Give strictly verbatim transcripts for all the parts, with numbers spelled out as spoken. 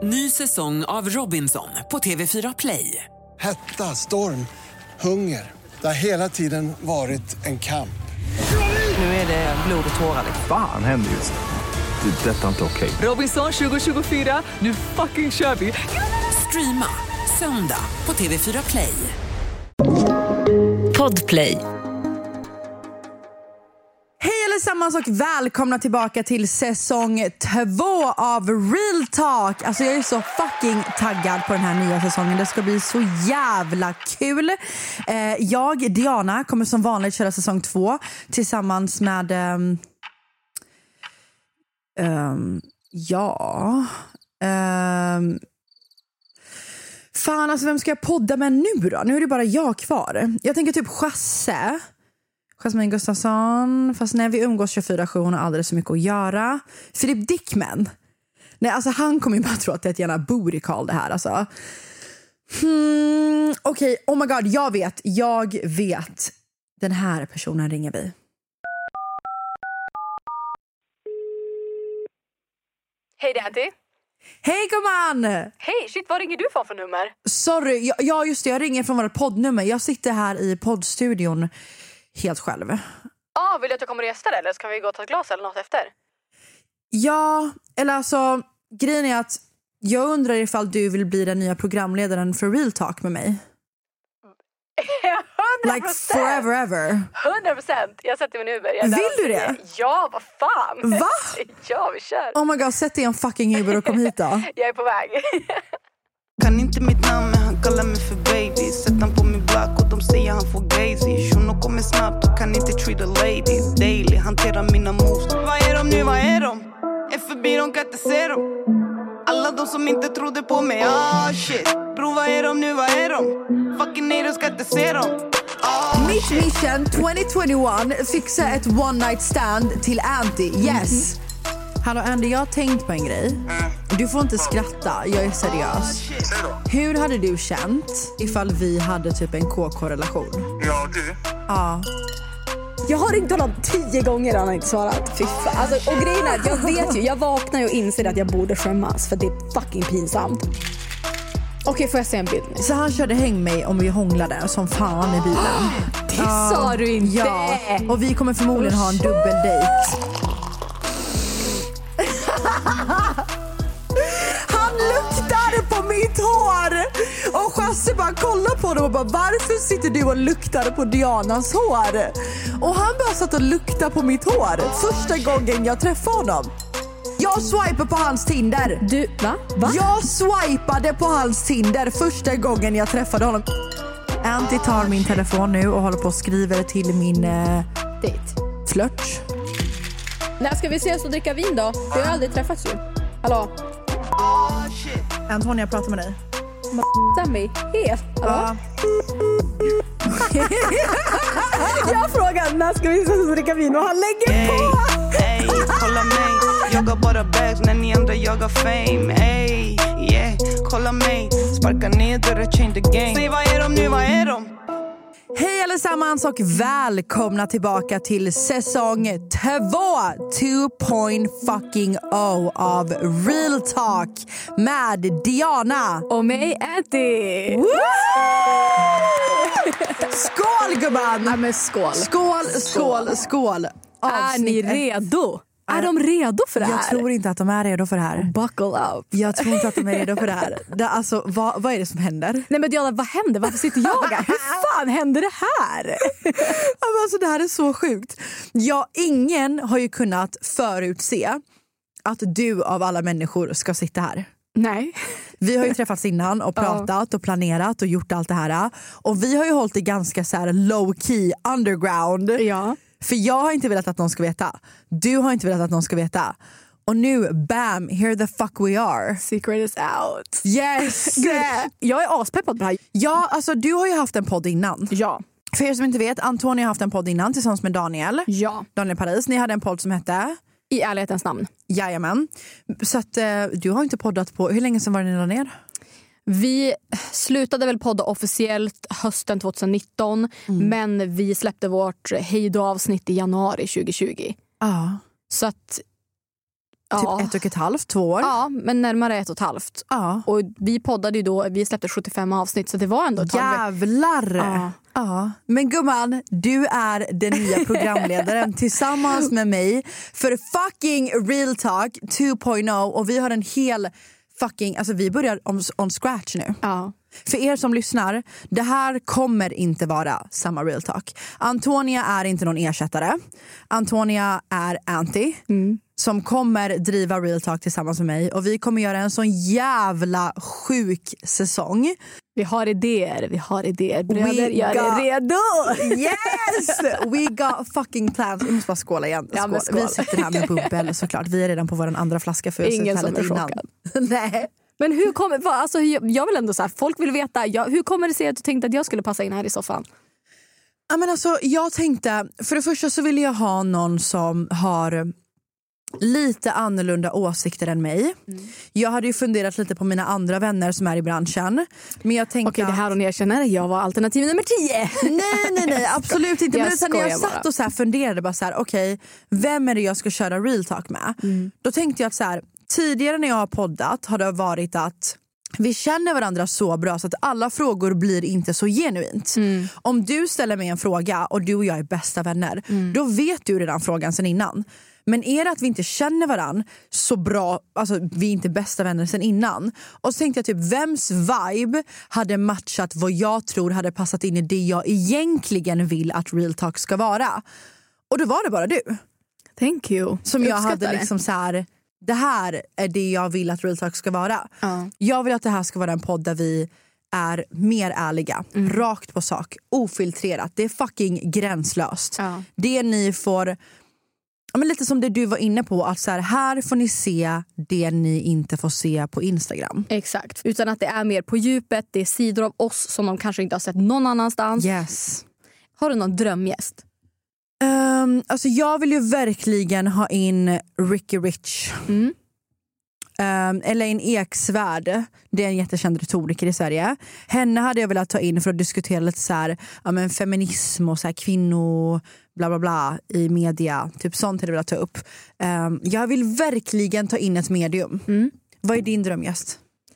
Ny säsong av Robinson på T V fyra Play. Hetta, storm, hunger. Det har hela tiden varit en kamp. Nu är det blod och tårar. Fan händer just det. Det är detta inte okej. Robinson tjugo tjugofyra, nu fucking kör vi. Streama söndag på T V fyra Play. Podplay. Hej allesammans och välkomna tillbaka till säsong två av Real Talk. Alltså jag är så fucking taggad på den här nya säsongen. Det ska bli så jävla kul. eh, Jag, Diana, kommer som vanligt köra säsong två tillsammans med um, um, Ja um, Fan, alltså vem ska jag podda med nu då? Nu är det bara jag kvar. Jag tänker typ Chasse Jasmine Gustafsson. Fast när vi umgås tjugofyra sju, hon har alldeles så mycket att göra. Filip Dickman. Nej, alltså han kommer ju bara tro att det är ett gärna booty call det här alltså. hmm, Okej, okay. Oh my god, jag vet Jag vet Den här personen ringer vi. Hej, det är Anty. Hej gumman! Hej, shit, vad ringer du för för nummer? Sorry, ja, ja just det, jag ringer från vårt poddnummer. Jag sitter här i poddstudion helt själv. Ja, ah, vill du att jag kommer och gästa det, eller ska vi gå och ta ett glas eller något efter? Ja, eller alltså grejen är att jag undrar ifall du vill bli den nya programledaren för Real Talk med mig. hundra procent! Like forever ever. hundra procent! Jag sätter mig en Uber. Jag vill du det? Ja, vad fan? Va? Ja, vi kör. Oh my god, sätt dig i en fucking Uber och kom hit då. Jag är på väg. Kan inte mitt namn men han kallar mig för baby. Sätt han på min black och de säger han får gazy. Shuno kommer snabbt och kan inte treat a ladies daily. Hantera mina moves. Vad är de nu, vad är de? Är förbi, de kan inte se dem. Alla de som inte trodde på mig, ah shit. Bro, vad är de nu, vad är de? Fucking haters ska inte se dem. Oh, Mitt mission tjugo tjugoett, fixa ett one night stand till Anty. Yes. Mm. Hallå Andy, jag har tänkt på en grej. Du får inte skratta, jag är seriös. Hur hade du känt ifall vi hade typ en K K-relation? Ja, du? Ja. Jag har ringt honom tio gånger och han har inte svarat. Fy fan. Alltså, och grejen är, jag vet ju, jag vaknar ju och inser att jag borde skämmas. För det är fucking pinsamt. Okej, får jag se en bild nu? Så han körde häng mig om vi hånglade som fan i bilen. Det uh, sa du inte. Ja, och vi kommer förmodligen ha en dubbeldejt. Han luktade på mitt hår. Och Chasse bara kollar på dem och bara, varför sitter du och luktar på Dianas hår? Och han bara satt och luktade på mitt hår första gången jag träffade honom. Jag swipade på hans Tinder. Du, va? va? Jag swipade på hans Tinder första gången jag träffade honom. Anty tar min telefon nu och håller på och skriver till min eh, dejt. Flört. När ska vi ses och dricka vin då? Vi har aldrig träffats ju. Hallå? Antonia, pratar med dig. Sammy, helt. Hallå? Ja. Jag frågar när ska vi ses och dricka vin och han lägger på. Ey, kolla mig. Jag har bara bags när ni andra jagar fame. Ey, yeah, kolla mig. Sparka ner dörren, change the game. Säg vad är de nu, vad är de? Hej allesammans och välkomna tillbaka till säsong två two point fucking oh av Real Talk med Diana och mig Anty. Skål gumman! Ja, men skål. Skål, skål, skål. Är ni redo? Är de redo för det här? Jag tror inte att de är redo för det här. Buckle up. Jag tror inte att de är redo för det här. Det, alltså, vad, vad är det som händer? Nej men Diana, vad händer? Varför sitter jag här? Hur fan händer det här? Alltså, det här är så sjukt. Ja, ingen har ju kunnat förutse att du av alla människor ska sitta här. Nej. Vi har ju träffats innan och pratat och planerat och gjort allt det här. Och vi har ju hållit det ganska så här low key, underground. Ja. För jag har inte velat att någon ska veta. Du har inte velat att någon ska veta. Och nu, bam, here the fuck we are. Secret is out. Yes! Jag är aspeppad på det här. Ja, alltså du har ju haft en podd innan. Ja. För er som inte vet, Antonia har haft en podd innan tillsammans med Daniel. Ja. Daniel Paris, ni hade en podd som hette... I ärlighetens namn. Jajamän. Så att eh, du har inte poddat på... Hur länge sedan var det ni la ner? Vi slutade väl podda officiellt hösten tjugonitton. Mm. Men vi släppte vårt hejdå-avsnitt i januari tjugohundratjugo. Ja. Så att... Ja. Typ ett och ett halvt, två år. Ja, men närmare ett och ett halvt. Ja. Och vi poddade ju då, vi släppte sjuttiofem avsnitt så det var ändå ett tag. Jävlar! Ja. Ja. Men gumman, du är den nya programledaren tillsammans med mig för fucking Real Talk två punkt noll och vi har en hel fucking, alltså vi börjar on, on scratch nu. Ja. För er som lyssnar, det här kommer inte vara samma Real Talk. Antonia är inte någon ersättare. Antonia är Anty mm. som kommer driva Real Talk tillsammans med mig. Och vi kommer göra en sån jävla sjuk säsong. Vi har idéer, vi har idéer. Bröder, We gör got... er redo! Yes! We got fucking plans. Vi måste bara skåla igen. Ja, skål. skål. Vi sitter här med bubbel såklart. Vi är redan på vår andra flaska för ingen som är innan. chockad. Nej. Men hur kommer, vad, alltså, jag vill ändå så här, folk vill veta, jag, hur kommer det sig att du tänkte att jag skulle passa in här i soffan? Ja, men alltså, jag tänkte, för det första så vill jag ha någon som har lite annorlunda åsikter än mig. Mm. Jag hade ju funderat lite på mina andra vänner som är i branschen. Men jag tänkte okej, det här och ni erkänner, jag var alternativ nummer tio. Nej, nej, nej, absolut inte. Jag Men utan jag satt bara. och så här funderade bara så här, okej, vem är det jag ska köra Real Talk med? Mm. Då tänkte jag att så här, tidigare när jag har poddat har det varit att vi känner varandra så bra så att alla frågor blir inte så genuint. Mm. Om du ställer mig en fråga och du och jag är bästa vänner, mm. då vet du redan frågan sen innan. Men är det att vi inte känner varann så bra, alltså vi är inte bästa vänner sen innan. Och så tänkte jag typ, vems vibe hade matchat vad jag tror hade passat in i det jag egentligen vill att Real Talk ska vara. Och då var det bara du. Thank you. Som jag, jag hade liksom så här, det här är det jag vill att Real Talk ska vara. Uh. Jag vill att det här ska vara en podd där vi är mer ärliga, mm. rakt på sak, ofiltrerat. Det är fucking gränslöst. Uh. Det ni får... Ja, men lite som det du var inne på, att så här, här får ni se det ni inte får se på Instagram. Exakt, utan att det är mer på djupet, det är sidor av oss som de kanske inte har sett någon annanstans. Yes. Har du någon drömgäst? Um, alltså jag vill ju verkligen ha in Ricky Rich. Mm. Um, Elaine Eksvärd, det är en jättekänd retoriker i Sverige. Henne hade jag velat ta in för att diskutera lite så här, ja, men feminism och så här, kvinnor bla bla bla i media, typ sånt hade jag velat ta upp. Um, jag vill verkligen ta in ett medium. Mm. Vad är din drömgäst?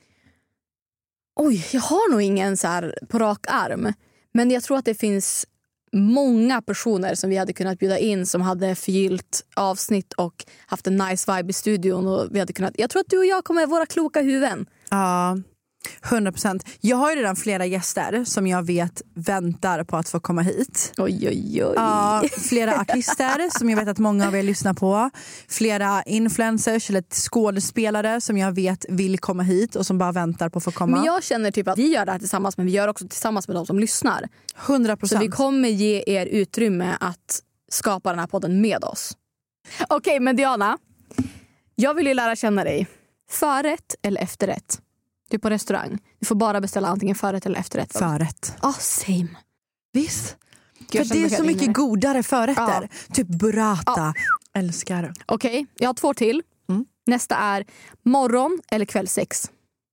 Oj, jag har nog ingen så här på rak arm, men jag tror att det finns många personer som vi hade kunnat bjuda in som hade förgyllt avsnitt och haft en nice vibe i studion och vi hade kunnat, jag tror att du och jag kommer våra kloka huvuden. Ja, hundra procent. Jag har ju redan flera gäster som jag vet väntar på att få komma hit. Oj, oj, oj. Ja, flera artister som jag vet att många av er lyssnar på. Flera influencers eller skådespelare som jag vet vill komma hit och som bara väntar på att få komma. Men jag känner typ att vi gör det här tillsammans, men vi gör också tillsammans med de som lyssnar. hundra procent. Så vi kommer ge er utrymme att skapa den här podden med oss. Okej, okay, men Diana, jag vill ju lära känna dig. Förrätt eller efterrätt? Du är på restaurang. Du får bara beställa antingen förrätt eller efterrätt. Förrätt. Ja, oh, same. Visst. För det är så mycket inne. godare förrätter. Ja. Typ burrata. Ja. Älskar. Okej, okay, jag har två till. Mm. Nästa är morgon eller kvällsex.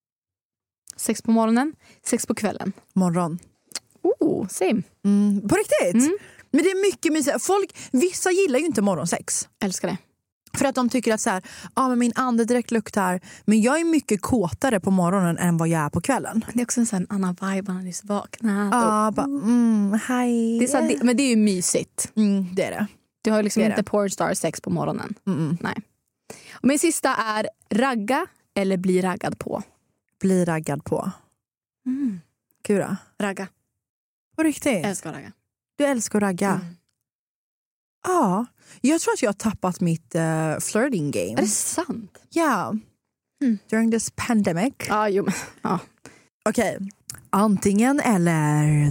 Sex på morgonen, sex på kvällen. Morgon. Oh, same. Mm. På riktigt? Mm. Men det är mycket mysigt. Folk, vissa gillar ju inte morgonsex. Älskar det. För att de tycker att så här, ah, men min andedräkt luktar. Men jag är mycket kåtare på morgonen än vad jag är på kvällen. Det är också en sån annan vibe när du vaknar. Ja, bara, mm, hej. Det är så här, det, men det är ju mysigt. Mm, det är det. Du har liksom det inte det. pornstar sex på morgonen. Mm. Nej. Och min sista är ragga eller bli raggad på. Bli raggad på. Mm. Kura. Ragga. På riktigt? Jag älskar att ragga. Du älskar att ragga? Mm. Ja, jag tror att jag har tappat mitt uh, flirting game. Är det sant? Ja. Mm. During this pandemic. Ja, jo. Ja. Okej. Okay. Antingen eller...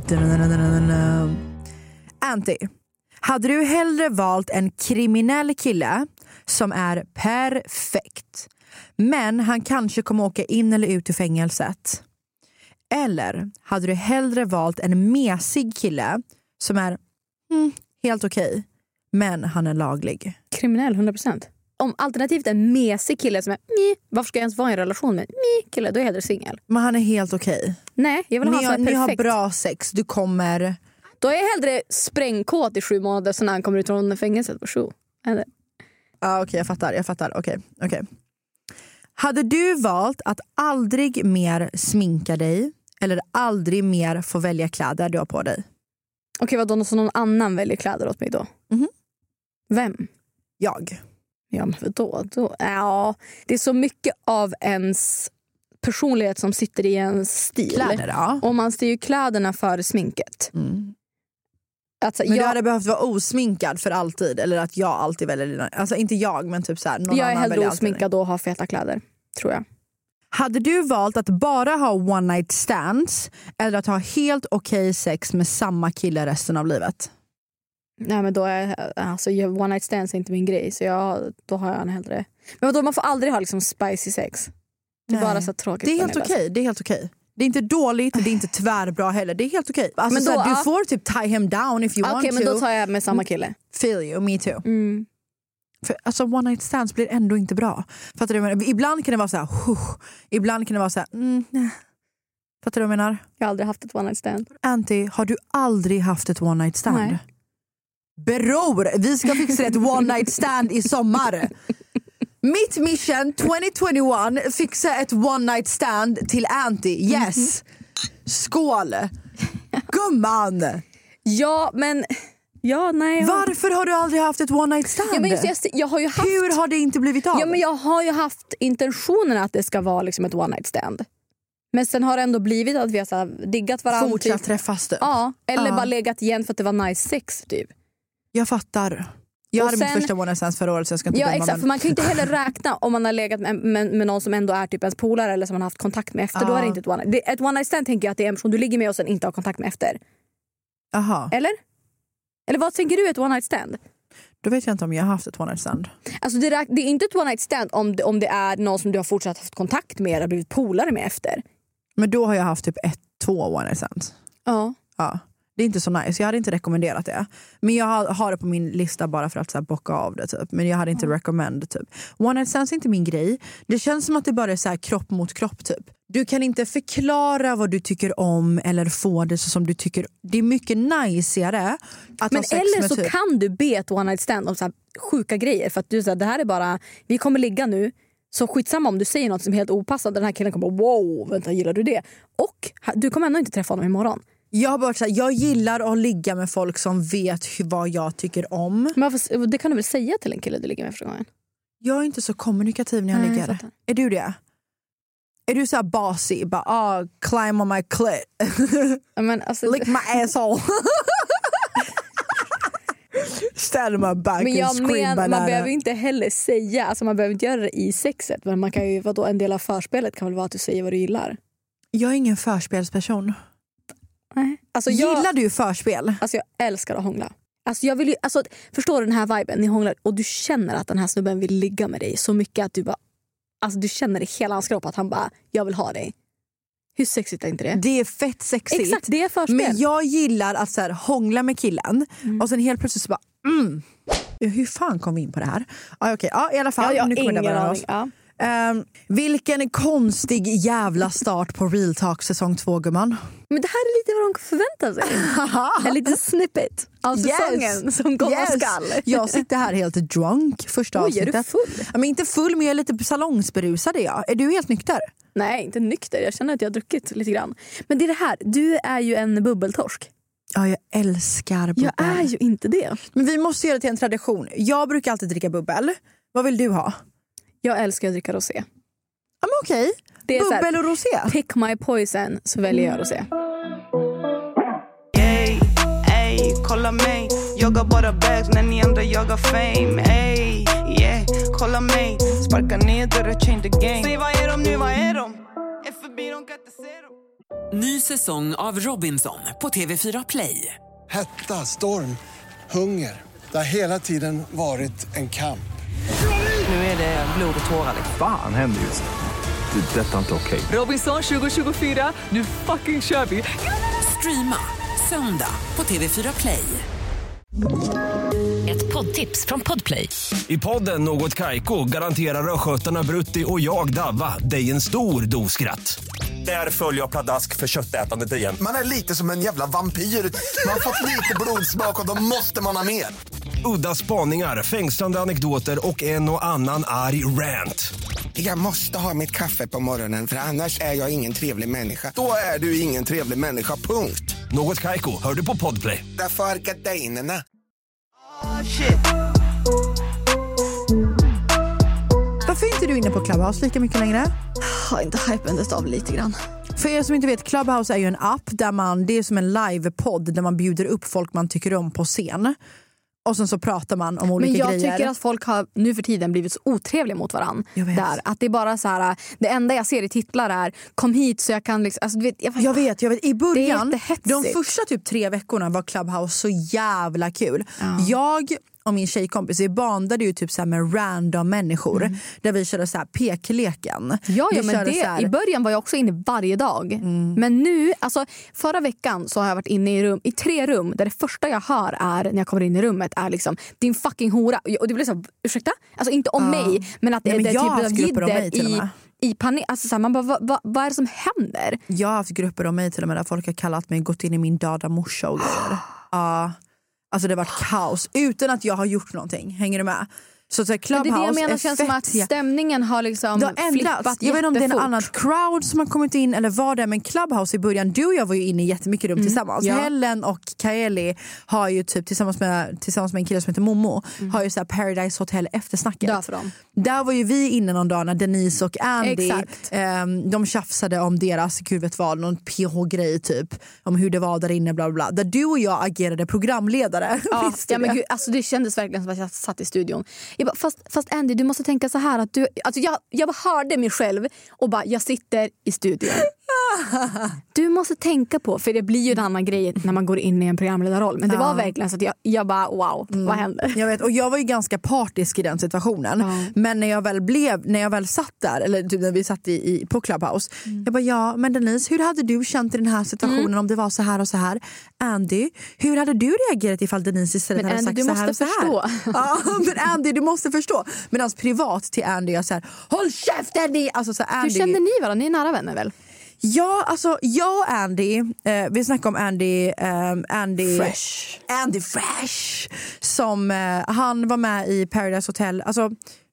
Anty. Hade du hellre valt en kriminell kille som är perfekt, men han kanske kommer åka in eller ut ur fängelset? Eller hade du hellre valt en mesig kille som är mm, helt okej, okay, men han är laglig? Kriminell, hundra procent. Om alternativt en mesig kille som är mi, varför ska jag ens vara i en relation med en mi kille? Då är jag hellre singel. Men han är helt okej. Okay. Nej, jag vill ha ni, han som är perfekt. Ni har bra sex, du kommer... Då är jag hellre sprängkåt i sju månader sen när han kommer ut från fängelset på sju. ah, okej, okay, jag fattar. Jag fattar. Okej, okay, okej. Okay. Hade du valt att aldrig mer sminka dig eller aldrig mer få välja kläder du har på dig? Okej, okay, vadå? Så någon annan väljer kläder åt mig då? Mm-hmm. Vem? Jag. Ja, men vadå? Då? Ja, det är så mycket av ens personlighet som sitter i en stil. Kläder, ja. Och man styr ju kläderna för sminket. Mm. Alltså, men jag... du hade behövt vara osminkad för alltid? Eller att jag alltid väljer dina... Alltså inte jag, men typ så här, någon jag är annan hellre osminkad och har feta kläder, tror jag. Hade du valt att bara ha one night stands eller att ha helt okej okay sex med samma kille resten av livet? Nej, men då är alltså one night stands är inte min grej, så jag, då har jag en hellre. Men vadå, man får aldrig ha liksom spicy sex. Det är Nej. bara så tråkigt. Det är helt okej, okay. det är helt okej. Okay. Det är inte dåligt, det är inte tvärbra heller. Det är helt okej. Okay. Alltså, men då, såhär, ja. du får typ tie him down if you okay, want to. Okej, men då tar jag med samma kille. Feel you, me too. Mm. För, alltså one night stands blir ändå inte bra. Fattar du vad jag menar? Ibland kan det vara så här, huh. Ibland kan det vara så här, mm, nej. Fattar du vad jag menar? Jag har aldrig haft ett one night stand. Anty, har du aldrig haft ett one night stand? Nej. Bror, vi ska fixa ett one night stand i sommar. Mitt mission tjugo tjugoett, fixa ett one night stand till Anty. Yes. Skål. Gumman. Ja, men ja, nej. Varför har du aldrig haft ett one night stand? Ja, men just, jag, jag har ju haft... Hur har det inte blivit av? Ja, men jag har ju haft intentionen att det ska vara liksom ett one night stand. Men sen har det ändå blivit att vi har så här diggat varandra. Fortsatt typ. träffas typ. Ja, eller ja. bara legat igen för att det var nice sex typ. Jag fattar. Jag och hade sen, mitt första one night stand förra året, så jag ska inte ja, döma, exakt, men... för man kan ju inte heller räkna om man har legat med, med, med någon som ändå är typ ens polare eller som man har haft kontakt med efter. Ja. Då är det inte ett one night. Ett one night stand tänker jag att det är en person du ligger med och sen inte har kontakt med efter. Aha. Eller? Eller vad tänker du ett one night stand? Då vet jag inte om jag har haft ett one night stand. Alltså det, räk- det är inte ett one night stand om det, om det är någon som du har fortsatt haft kontakt med och blivit polare med efter. Men då har jag haft typ ett, två one night stands. Ja. Ja. Det är inte så nice, jag hade inte rekommenderat det. Men jag har, har det på min lista bara för att så här, bocka av det typ. Men jag hade inte mm. recommend typ. One night stands är inte min grej. Det känns som att det bara är så här kropp mot kropp typ. Du kan inte förklara vad du tycker om eller få det så som du tycker. Det är mycket najsigare att men ha sex eller med så typ. kan du be ett one night stand om så här sjuka grejer. För att du säger det här är bara, vi kommer ligga nu. Så skitsamma om du säger något som är helt opassande. Den här killen kommer bara, wow, vänta, gillar du det? Och du kommer ändå inte träffa honom imorgon. Jag har bara så här, jag gillar att ligga med folk som vet hur, vad jag tycker om. Men varför, det kan du väl säga till en kille du ligger med första gången? Jag är inte så kommunikativ när jag Nej, ligger. Jag är du det? Är du så här bossy? Bara, ah, climb on my clit. Men alltså, lick my asshole. Ställ mig back men jag and scream men, banana. man behöver inte heller säga, alltså man behöver inte göra det i sexet. Men man kan ju, vadå, en del av förspelet kan väl vara att du säger vad du gillar. Jag är ingen förspelsperson. Nej. Alltså jag, gillar du förspel? Alltså jag älskar att hångla. Alltså jag vill ju, alltså, förstår du den här viben? Ni hånglar och du känner att den här snubben vill ligga med dig så mycket att du bara, alltså du känner i hela hans kropp att han bara, jag vill ha dig. Hur sexigt är inte det? Det är fett sexigt. Exakt, det är förspel. Men jag gillar att så här, hångla med killen mm. och sen helt plötsligt så bara, mm. Hur fan kom vi in på det här? Ah, okay. Ja, i alla fall. Ja, jag nu kommer ingen det aning. Ja. Um, vilken konstig jävla start på Real Talk säsong två, gumman. Men det här är lite vad de förväntar sig. En liten snippet av säsongen yes. som kommer yes. skall. Jag sitter här helt drunk första Oj, avsnittet. Är du full? Jag är inte full, men jag är lite salongsberusad. Jag. Är du helt nykter? Nej, inte nykter. Jag känner att jag har druckit lite grann. Men det är det här, du är ju en bubbeltorsk. Ja, jag älskar bubbel. Jag är ju inte det. Men vi måste göra det till en tradition. Jag brukar alltid dricka bubbel. Vad vill du ha? Jag älskar att dricka rosé. Ja, men okej. Det är bubbel här, och rosé. Pick my poison, så väljer jag rosé. Ey, ey, kolla mig. Jagar bara bags när ni andra jagar fame. Ey, yeah, kolla mig. Sparka ner dörrar, change the game. Säg vad är de nu, vad är de? F B, de kan inte se dem. Ny säsong av Robinson på T V fyra Play. Hetta, storm, hunger. Det har hela tiden varit en kamp. Nu är det blod och tårar. Fan händer just det. Det är detta inte okej. Okay. Robinson tjugo tjugofyra, nu fucking kör vi. Streama söndag på T V fyra Play. Ett poddtips från Podplay. I podden Något Kaiko garanterar röskötarna Brutti och jag Davva dig en stor doskratt. Där följer jag pladask för köttätandet igen. Man är lite som en jävla vampyr. Man har fått lite blodsmak och då måste man ha mer. Udda spaningar, fängslande anekdoter och en och annan arg rant. Jag måste ha mitt kaffe på morgonen för annars är jag ingen trevlig människa. Då är du ingen trevlig människa, punkt. Något Kaiko, hör du på Podplay. Därför är gardinerna. Oh, shit. Varför är inte du inne på Clubhouse lika mycket längre? Har inte hypendet av lite grann. För er som inte vet, Clubhouse är ju en app där man, det är som en livepodd där man bjuder upp folk man tycker om på scen. Och sen så pratar man om olika grejer. Men jag grejer. tycker att folk har nu för tiden blivit så otrevliga mot varann. Där. Att det är bara så här, det enda jag ser i titlar är kom hit så jag kan liksom, alltså, du vet, jag, jag vet, jag vet. I början, de första första typ tre veckorna var Clubhouse så jävla kul. Ja. Jag och min tjejkompis, vi bandade ju typ så här med random människor. Mm. Där vi körde så här pekleken. Ja, ja vi men det, här... i början var jag också inne varje dag. Mm. Men nu, alltså förra veckan så har jag varit inne i rum i tre rum där det första jag hör är när jag kommer in i rummet är liksom din fucking hora. Och det blir så, ursäkta? Alltså inte om ja. mig, men att det, Nej, men det är typ av jidder i, i panik. Alltså så här, man bara, vad, vad, vad är det som händer? Jag har haft grupper om mig till och med där folk har kallat mig gått in i min döda morsa och grejer. Ja. uh. Alltså det har varit kaos utan att jag har gjort någonting. Hänger du med? Så, så här, Clubhouse det är det jag menar, känns som att stämningen har liksom har flippat. Jag vet inte om det är en annan crowd som har kommit in eller vad det är, men Clubhouse i början, du och jag var ju inne i jättemycket rum mm. tillsammans. Ja. Helen och Kaeli har ju typ tillsammans med, tillsammans med en kille som heter Momo mm. har ju så här Paradise Hotel eftersnacket. Därför dem. Där var ju vi inne någon dag när Denise och Andy eh, de tjafsade om deras, gud vet vad, någon P H-grej typ om hur det var där inne, bla bla bla. Där du och jag agerade programledare. Ja, ja men gud, alltså det kändes verkligen som att jag satt i studion. Jag bara, fast, fast Andy, du måste tänka så här att du, alltså jag, jag bara hörde mig själv och bara, jag sitter i studion. Du måste tänka på, för det blir ju en annan grej när man går in i en programledarroll. Men det ja. var verkligen så att jag, jag bara, wow, mm. vad hände? Jag vet, och jag var ju ganska partisk i den situationen. Ja. Men när jag väl blev, när jag väl satt där, eller typ när vi satt i, i, på Clubhouse, mm. jag bara, ja, men Denise, hur hade du känt i den här situationen mm. om det var så här och så här? Andy, hur hade du reagerat ifall Denise istället men hade Andy, sagt så här och så här? Ja, men Andy, du måste förstå. Medan privat till Andy, jag så här, håll käften Andy! Alltså, så Andy. Hur kände ni varandra? Ni är nära vänner väl? Ja, alltså jag och Andy, eh, vi snackar om Andy, eh, Andy Fresh. Andy Fresh, som eh, han var med i Paradise Hotel, alltså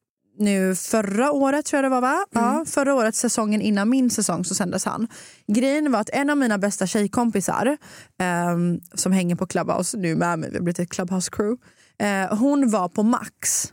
nu förra året tror jag det var va? Mm. Ja, förra året, säsongen innan min säsong så sändes han. Grejen var att en av mina bästa tjejkompisar eh, som hänger på Clubhouse, nu med mig, vi har blivit ett Clubhouse crew, eh, hon var på Max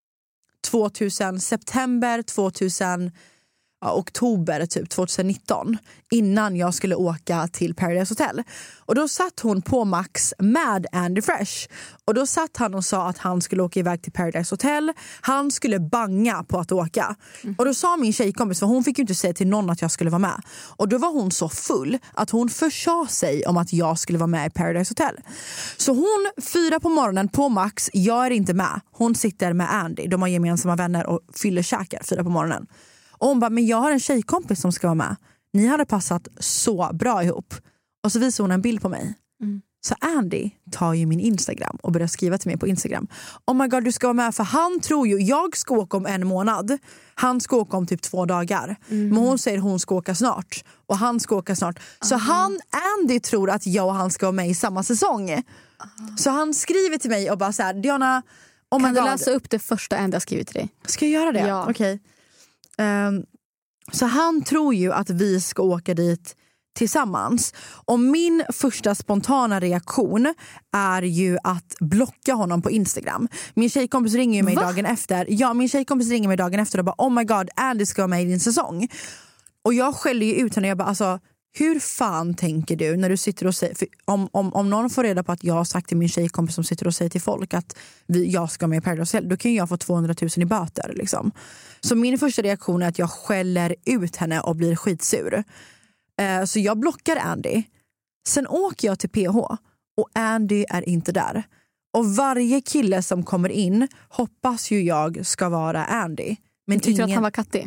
tvåtusen, september tvåtusen, ja, oktober typ tjugonitton, innan jag skulle åka till Paradise Hotel. Och då satt hon på Max med Andy Fresh. Och då satt han och sa att han skulle åka iväg till Paradise Hotel. Han skulle banga på att åka. Mm. Och då sa min tjejkompis, för hon fick ju inte säga till någon att jag skulle vara med. Och då var hon så full att hon försa sig om att jag skulle vara med i Paradise Hotel. Så hon, fyra på morgonen på Max, jag är inte med. Hon sitter med Andy. De har gemensamma vänner och fyller käkar fyra på morgonen. Och hon bara, men jag har en tjejkompis som ska vara med. Ni hade passat så bra ihop. Och så visar hon en bild på mig. Mm. Så Andy tar ju min Instagram och börjar skriva till mig på Instagram. Oh my god, du ska vara med, för han tror ju, jag ska åka om en månad. Han ska åka om typ två dagar. Mm. Men hon säger hon ska åka snart. Och han ska åka snart. Så uh-huh. han, Andy, tror att jag och han ska vara med i samma säsong. Uh-huh. Så han skriver till mig och bara så här, Diana, oh my kan god. du läsa upp det första Andy har skrivit till dig? Ska jag göra det? Ja. Okej. Okay. Um, så han tror ju att vi ska åka dit tillsammans. Och min första spontana reaktion är ju att blocka honom på Instagram. Min tjejkompis ringer ju mig Va? dagen efter. Ja, min tjejkompis ringer mig dagen efter och bara, oh my god, Andy ska vara med i din säsong. Och jag skäller ju ut henne och jag bara, alltså, hur fan tänker du när du sitter och säger, för om, om, om någon får reda på att jag har sagt till min tjejkompis som sitter och säger till folk att vi, jag ska med i Paradise Hotel, då kan jag få tvåhundratusen i böter liksom. Så min första reaktion är att jag skäller ut henne och blir skitsur. eh, Så jag blockar Andy. Sen åker jag till P H och Andy är inte där. Och varje kille som kommer in hoppas ju jag ska vara Andy. Men tyckte ingen... att han var kattig?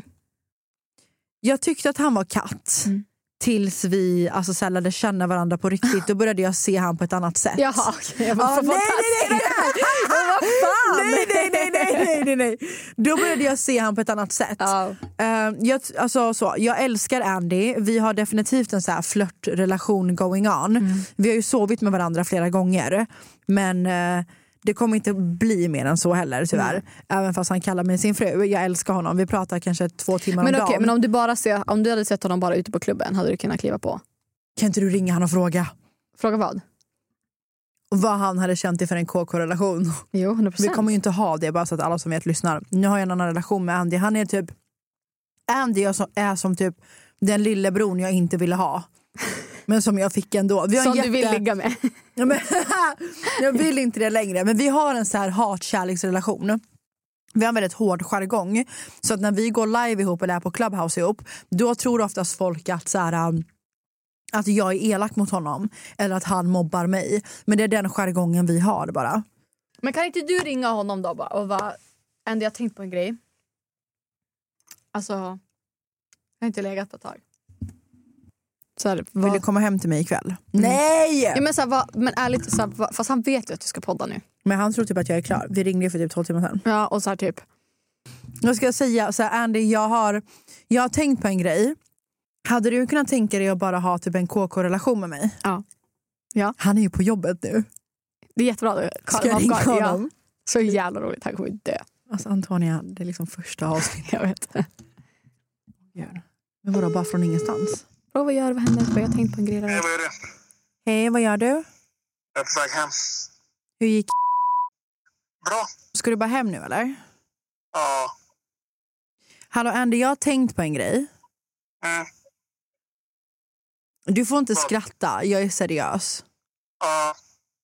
Jag tyckte att han var katt. Mm. Tills vi alltså, så här, lärde känna varandra på riktigt. Då började jag se han på ett annat sätt. Jaha, jag var ah, nej, nej, nej, nej. Vad fan? Nej, nej, nej, nej, nej, nej. Då började jag se han på ett annat sätt. Oh. Uh, jag, alltså, så, jag älskar Andy. Vi har definitivt en så här flörtrelation going on. Mm. Vi har ju sovit med varandra flera gånger. Men uh, Det kommer inte bli mer än så heller tyvärr. Mm. Även fast han kallar mig sin fru. Jag älskar honom. Vi pratar kanske två timmar men om okay, dagen. Men om du bara ser, om du hade sett honom bara ute på klubben, hade du kunnat kliva på? Kan inte du ringa han och fråga? Fråga vad? Vad han hade känt i för en K K-relation. Jo, hundra procent. Vi kommer ju inte ha det, bara så att alla som vet lyssnar. Nu har jag en annan relation med Andy. Han är typ Andy är som, är som typ den lillebron jag inte ville ha. Men som jag fick ändå. Vi har som jätte... du vill ligga med. Ja, men, jag vill inte det längre. Men vi har en så här hat-kärleksrelation. Vi har en väldigt hård jargong. Så att när vi går live ihop eller är på Clubhouse ihop, då tror oftast folk att så här, um, att jag är elak mot honom. Eller att han mobbar mig. Men det är den jargongen vi har bara. Men kan inte du ringa honom då bara och vara, Andy, jag har tänkt på en grej. Alltså, jag har inte legat på ett tag. Så här, vad... Vill du komma hem till mig ikväll? Mm. Nej! Ja, men, så här, vad, men ärligt, så här, fast han vet ju att du ska podda nu. Men han tror typ att jag är klar. Vi ringde för typ två timmar sedan. Ja, och så här typ. Jag ska säga så här, Andy, jag har, jag har tänkt på en grej. Hade du kunnat tänka dig att bara ha typ en K K-relation med mig? Ja. Ja. Han är ju på jobbet nu. Det är jättebra. Ska jag ringa honom? Ja. Så jävla roligt, han kommer ju dö. Alltså Antonia, det är liksom första avsnittet. Jag vet. Men vadå, bara från ingenstans? Bra, vad gör du? Vad händer? Jag har tänkt på en grej där. Hej, vad gör du? Hej, vad gör du? Jag är på väg hem. Hur gick? Bra. Ska du bara hem nu, eller? Ja. Hallå Andy, jag har tänkt på en grej. Mm. Du får inte Vad? skratta, jag är seriös. Ja.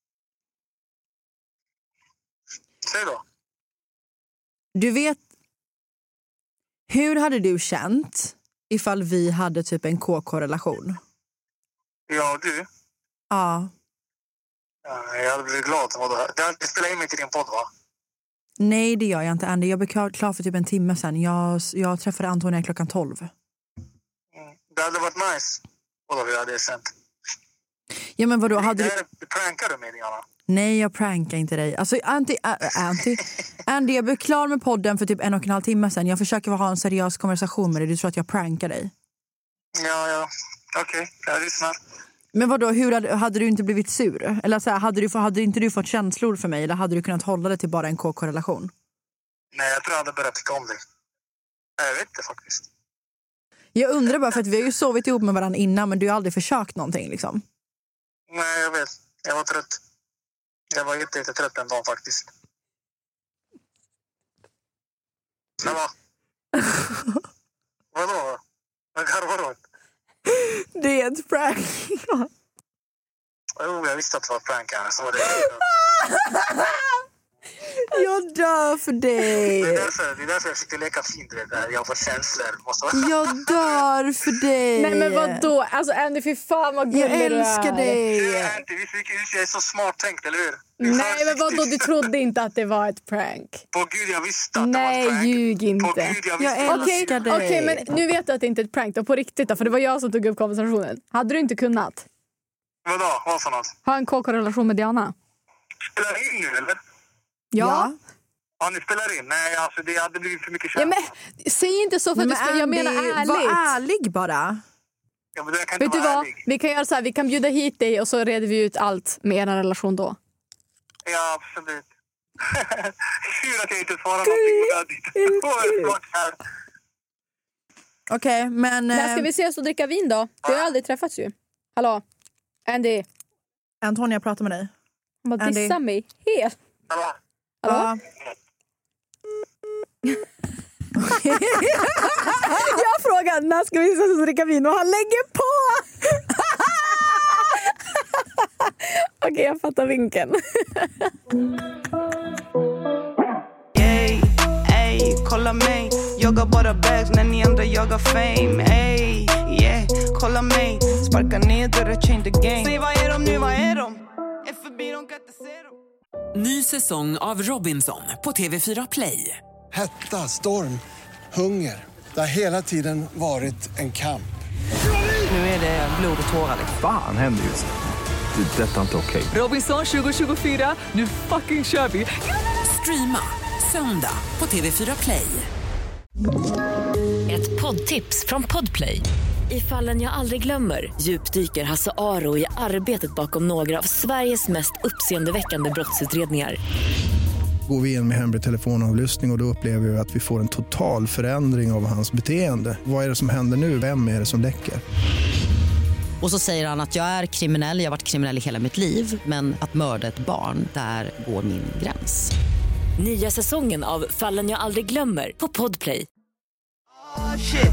Säg då. Du vet, hur hade du känt ifall vi hade typ en K K-relation? Ja, och du? Ja. Ja, jag hade blivit glad. Du spelar in mig till din podd, va? Nej, det gör jag inte, Andy. Jag blev klar, klar för typ en timme sedan. Jag, jag träffade Antonia klockan tolv. Mm. Det hade varit nice. Och då vi hade känt. Ja, men vadå? Hade det du... prankar du med, Diana? Nej, jag prankar inte dig. Alltså, Anty, äh, Anty. Andy, jag blev klar med podden för typ en och en halv timme sedan. Jag försöker ha en seriös konversation med dig. Du tror att jag prankar dig? Ja, ja. Okej, okay. Jag lyssnar. Men vadå, hur hade, hade du inte blivit sur? Eller så här, hade, du, hade inte du fått känslor för mig? Eller hade du kunnat hålla det till bara en K K-relation? Nej, jag tror jag hade börjat tycka om dig. Jag vet det faktiskt. Jag undrar bara, för att vi har ju sovit ihop med varandra innan, men du har aldrig försökt någonting liksom. Nej, jag vet. Jag var trött. Jag var jätte, jätte trött en dag faktiskt. Men vad? Vadå? Vad garvar du åt? Det är ett prank. Jo, jag visste att det var ett prank. Så var det. Jag dör för dig. Det är därför, det är därför jag försökte leka fint. Där. Jag får känslor. Måste... Jag dör för dig. Nej, men vadå? Alltså Andy, fy fan vad gullig jag älskar du är. dig. Du är inte, jag är så smart tänkt, eller hur? Nej, men vadå? Du trodde inte att det var ett prank? På Gud, jag visste att Nej, det var ett prank. ljug inte. På Gud, jag visste jag att... älskar dig. Okej, okay, men nu vet du att det inte är ett prank då, på riktigt då, för det var jag som tog upp konversationen. Hade du inte kunnat? Vadå? Vad för något? Ha en K K-relation med Diana? Spelar ni in nu, eller? Ja. Ja. Ja, ni spelar in. Nej, alltså det hade blivit för mycket Ja, känslor. men säg inte så för att Men du ska, jag Andy, menar ärligt. var ärlig bara. Ja, men det kan Vet inte du vara vad? ärlig. Vi kan göra så här, vi kan bjuda hit dig och så reder vi ut allt med er relation då. Ja, absolut. Kul att jag inte svarar någonting på det. Okej, okay, men... När ska vi ses och dricka vin då? Vi har aldrig träffats ju. Hallå? Andy? Antonia, pratar med dig. Han bara dissar mig helt. Hallå? Hallå? Ja. Jag frågar när ska vi ses och dricka vin och han lägger på. Okej, okay, jag fattar vinkeln. Ey, ey, kolla mig. Jagar bara bags när ni andra jagar fame. Ey, yeah, kolla mig. Sparka ner dörrar, change the game. Säg vad är de nu, vad är de? Är förbi, de kan inte se dem. Ny säsong av Robinson på T V fyra Play. Hetta, storm, hunger. Det har hela tiden varit en kamp. Nu är det blod och tårar. Fan händer just det. Det är detta inte okej. Robinson tjugo tjugofyra, nu fucking kör vi. Streama söndag på T V fyra Play. Ett poddtips från Podplay. I Fallen jag aldrig glömmer djupdyker Hasse Aro i arbetet bakom några av Sveriges mest uppseendeväckande brottsutredningar. Går vi in med hemlig telefonavlyssning och, och då upplever vi att vi får en total förändring av hans beteende. Vad är det som händer nu? Vem är det som läcker? Och så säger han att jag är kriminell, jag har varit kriminell i hela mitt liv. Men att mörda ett barn, där går min gräns. Nya säsongen av Fallen jag aldrig glömmer på Podplay. Oh, shit.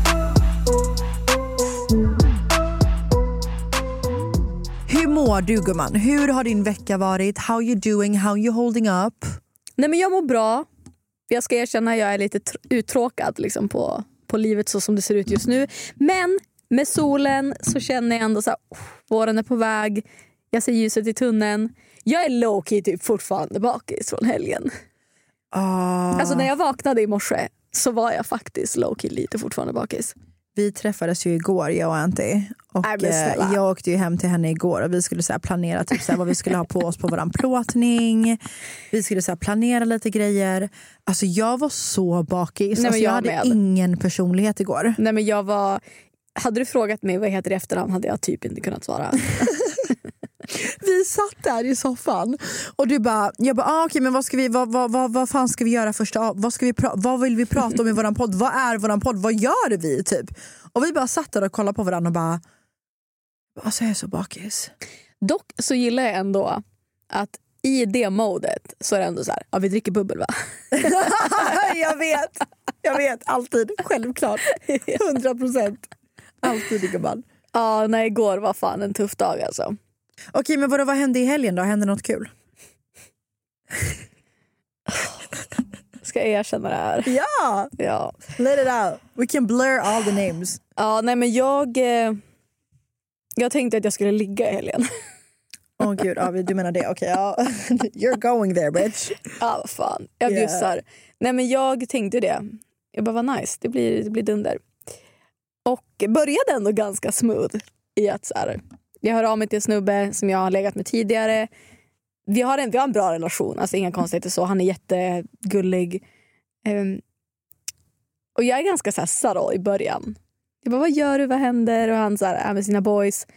Hur mår du, gumman? Hur har din vecka varit? How you doing? How you holding up? Nej, men jag mår bra. Jag ska erkänna att jag är lite tr- uttråkad liksom, på, på livet så som det ser ut just nu. Men med solen så känner jag ändå så här, oh, våren är på väg. Jag ser ljuset i tunneln. Jag är low-key typ fortfarande bakis från helgen. Uh. Alltså när jag vaknade i morse så var jag faktiskt low-key lite fortfarande bakis. Vi träffades ju igår, jag och Antti. Och Nej, jag åkte ju hem till henne igår och vi skulle så här planera typ så här, vad vi skulle ha på oss på våran plåtning. Vi skulle så här planera lite grejer. Alltså jag var så bakis. Nej, alltså, jag, jag hade med. ingen personlighet igår. Nej, men jag var... Hade du frågat mig vad jag heter i efterhand hade jag typ inte kunnat svara. Vi satt där i soffan och du bara, jag bara, ah, okej okay, men vad ska vi, vad, vad, vad, vad fan ska vi göra första, vad ska vi, pra- vad vill vi prata om i våran podd, vad är våran podd, vad gör vi typ? Och vi bara satt där och kollade på varandra och bara, alltså jag är så bakis. Dock så gillar jag ändå att i det modet så är det ändå så här, ja vi dricker bubbel va? Jag vet, jag vet, alltid, självklart, hundra procent. Alltid dricker man. Ja, nej, igår var fan en tuff dag alltså. Okej, men vad, vad hände i helgen då? Hände något kul? Ska jag erkänna det här? Ja! Ja. Let it out. We can blur all the names. Ja, nej men jag... Eh, jag tänkte att jag skulle ligga i helgen. Åh oh, gud, ja, du menar det. Okej, okay, ja. You're going there, bitch. Ja, vad fan. Jag yeah. bjussar. Nej men jag tänkte det. Jag bara, vad nice. Det blir, det blir dunder. Och började ändå ganska smooth i att så här, jag hör av mig till en snubbe som jag har legat med tidigare. Vi har en, vi har en bra relation, alltså inga konstigheter så. Han är jättegullig. Um, och jag är ganska så här subtle i början. Jag bara, vad gör du, vad händer? Och han så här, är med sina boys.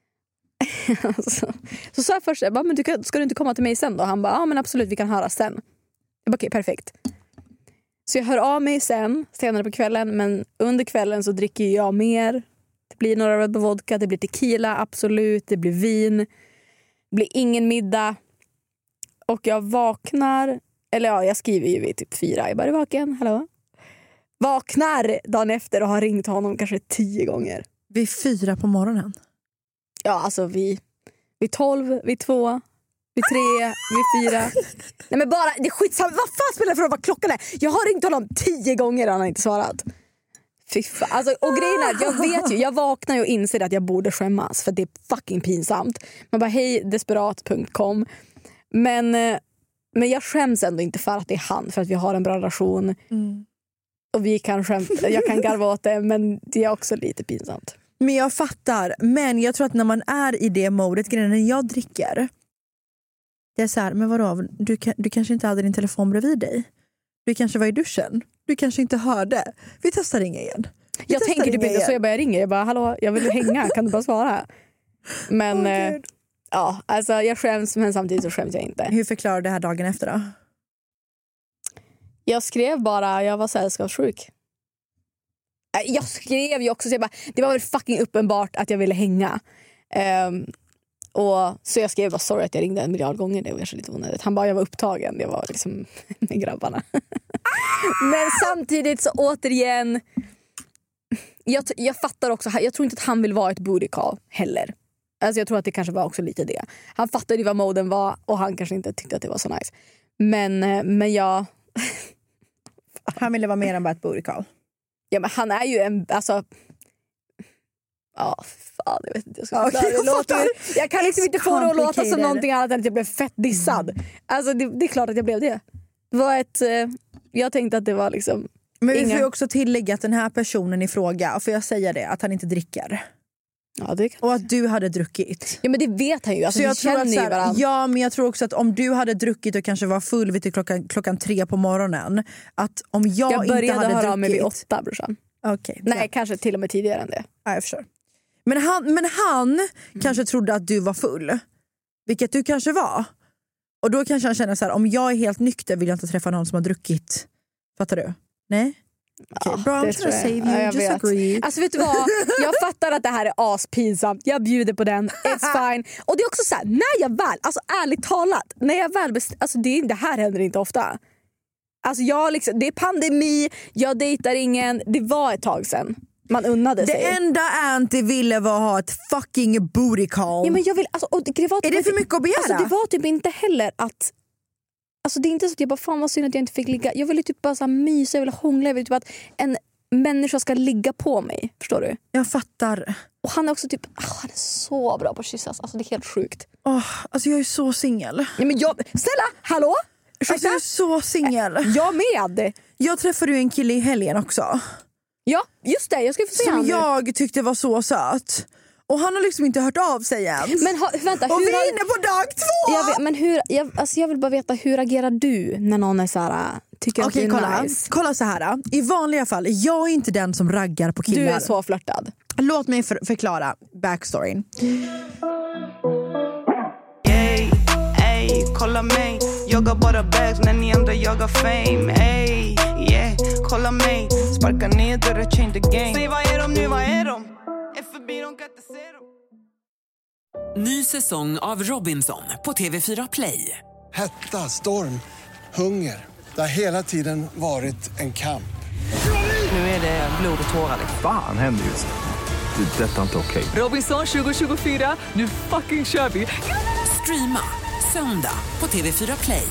så, så sa jag först, jag bara, men du kan, ska du inte komma till mig sen då? Han bara, ja men absolut, vi kan höra sen. Jag bara, okej, okay, perfekt. Så jag hör av mig sen, senare på kvällen. Men under kvällen så dricker jag mer. Det blir några Red Bull vodka, det blir tequila, absolut. Det blir vin. Det blir ingen middag. Och jag vaknar, eller ja, jag skriver ju vid typ fyra. Jag bara, är du vaken? Hallå? Vaknar dagen efter och har ringt honom kanske tio gånger. Vid fyra på morgonen? Ja, alltså vid, vid tolv, vid två... Vid tre, vid fyra. Nej men bara, det är skitsamma. Vad fan spelar det för vad klockan är? Jag har ringt honom tio gånger och han har inte svarat. Fy fan. Alltså, och grejen är, jag vet ju, jag vaknar ju och inser att jag borde skämmas. För det är fucking pinsamt. Man bara, hej desperat punkt com. Men, men jag skäms ändå inte för att det är han. För att vi har en bra relation. Mm. Och vi kan skämta, jag kan garva åt det. Men det är också lite pinsamt. Men jag fattar. Men jag tror att när man är i det modet, grejen när jag dricker, det är så här, men vadå, du, du kanske inte hade din telefon bredvid dig. Du kanske var i duschen. Du kanske inte hörde. Vi testar ringa igen. Vi jag tänker typ inte så, jag bara ringer. Jag bara, hallå, jag vill hänga, kan du bara svara? Men, oh, eh, ja, alltså jag skäms, men samtidigt så skäms jag inte. Hur förklarar du det här dagen efter då? Jag skrev bara, jag var sällskapssjuk. Jag skrev ju också, så jag bara, det var väl fucking uppenbart att jag ville hänga. Um, Och så jag skrev bara, sorry att jag ringde en miljard gånger. Det var kanske lite onödigt. Han bara, jag var upptagen. Jag var liksom med grabbarna. Men samtidigt så återigen, jag, jag fattar också, jag tror inte att han vill vara ett booty call heller. Alltså jag tror att det kanske var också lite det. Han fattade ju vad moden var och han kanske inte tyckte att det var så nice. Men, men jag... Han ville vara mer än bara ett booty call. Ja, men han är ju en, alltså... Ja, fan, jag vet inte. Jag, ska okay, det låter, jag kan liksom inte få det att låta som någonting annat än att jag blev fett dissad. Mm. Alltså det, det är klart att jag blev det. Det var ett, eh, jag tänkte att det var liksom... Men vi inga... får ju också tillägga att den här personen i fråga, får jag säga det, att han inte dricker. Ja, det kan... Och att du hade druckit. Ja, men det vet han ju. Alltså, så jag vi tror känner att, ju här, varandra. ja, men jag tror också att om du hade druckit och kanske var full vid klockan, klockan tre på morgonen, att om jag, jag inte hade druckit... Jag började höra av mig vid åtta, brorsan. Okay, Nej, ja. kanske till och med tidigare än det. Ja, jag förstår. Men han, men han mm. kanske trodde att du var full. Vilket du kanske var. Och då kanske han känner så här: om jag är helt nykter vill jag inte träffa någon som har druckit. Fattar du? Nej? Okay, ja, bro, I'm trying to save you. Ja, just vet. agree. Alltså vet du vad? Jag fattar att det här är aspinsamt. Jag bjuder på den. It's fine. Och det är också så här, när jag väl, alltså ärligt talat, när jag väl best- alltså det, det här händer inte ofta. Alltså jag liksom, det är pandemi, jag dejtar ingen. Det var ett tag sedan man unnade det sig. Det enda Anty ville var ha ett fucking booty call. Ja, men jag vill, alltså, och det var typ, är det för mycket att begära? Alltså, det var typ inte heller att... Alltså det är inte så att jag bara, fan vad synd att jag inte fick ligga. Jag ville typ bara så här mysa, jag ville hångla. Jag ville typ att en människa ska ligga på mig. Förstår du? Jag fattar. Och han är också typ, oh, han är så bra på att kyssas. Alltså det är helt sjukt. Oh, alltså jag är så singel. Ja, men jag, snälla, hallå? Alltså jag är så singel. Jag med. Jag träffade ju en kille i helgen också. Ja, just det. Jag ska få se som han jag tyckte var så söt. Och han har liksom inte hört av sig ens. Men ha, vänta, och hur vi är har... inne på dag två! Jag vet, men hur, jag, alltså jag vill bara veta, hur agerar du när någon är så här, tycker att okay, det är kolla, nice? Kolla så här. I vanliga fall, jag är inte den som raggar på killar. Du är så flörtad. Låt mig för, förklara backstoryn. Ey, ey, kolla mig. Jag har bara bags när ni andra jagar fame. Ey, yeah, kolla mig. Sparka ner dörrar, change the game. Säg vad är de nu, vad är de? F B, de kan inte se dem. Ny säsong av Robinson på T V fyra Play. Hetta, storm, hunger. Det har hela tiden varit en kamp. Nu är det blod och tårar. Fan händer just det. Det är detta inte okej. Robinson tjugo tjugofyra, nu fucking kör vi. Streama söndag på T V fyra Play.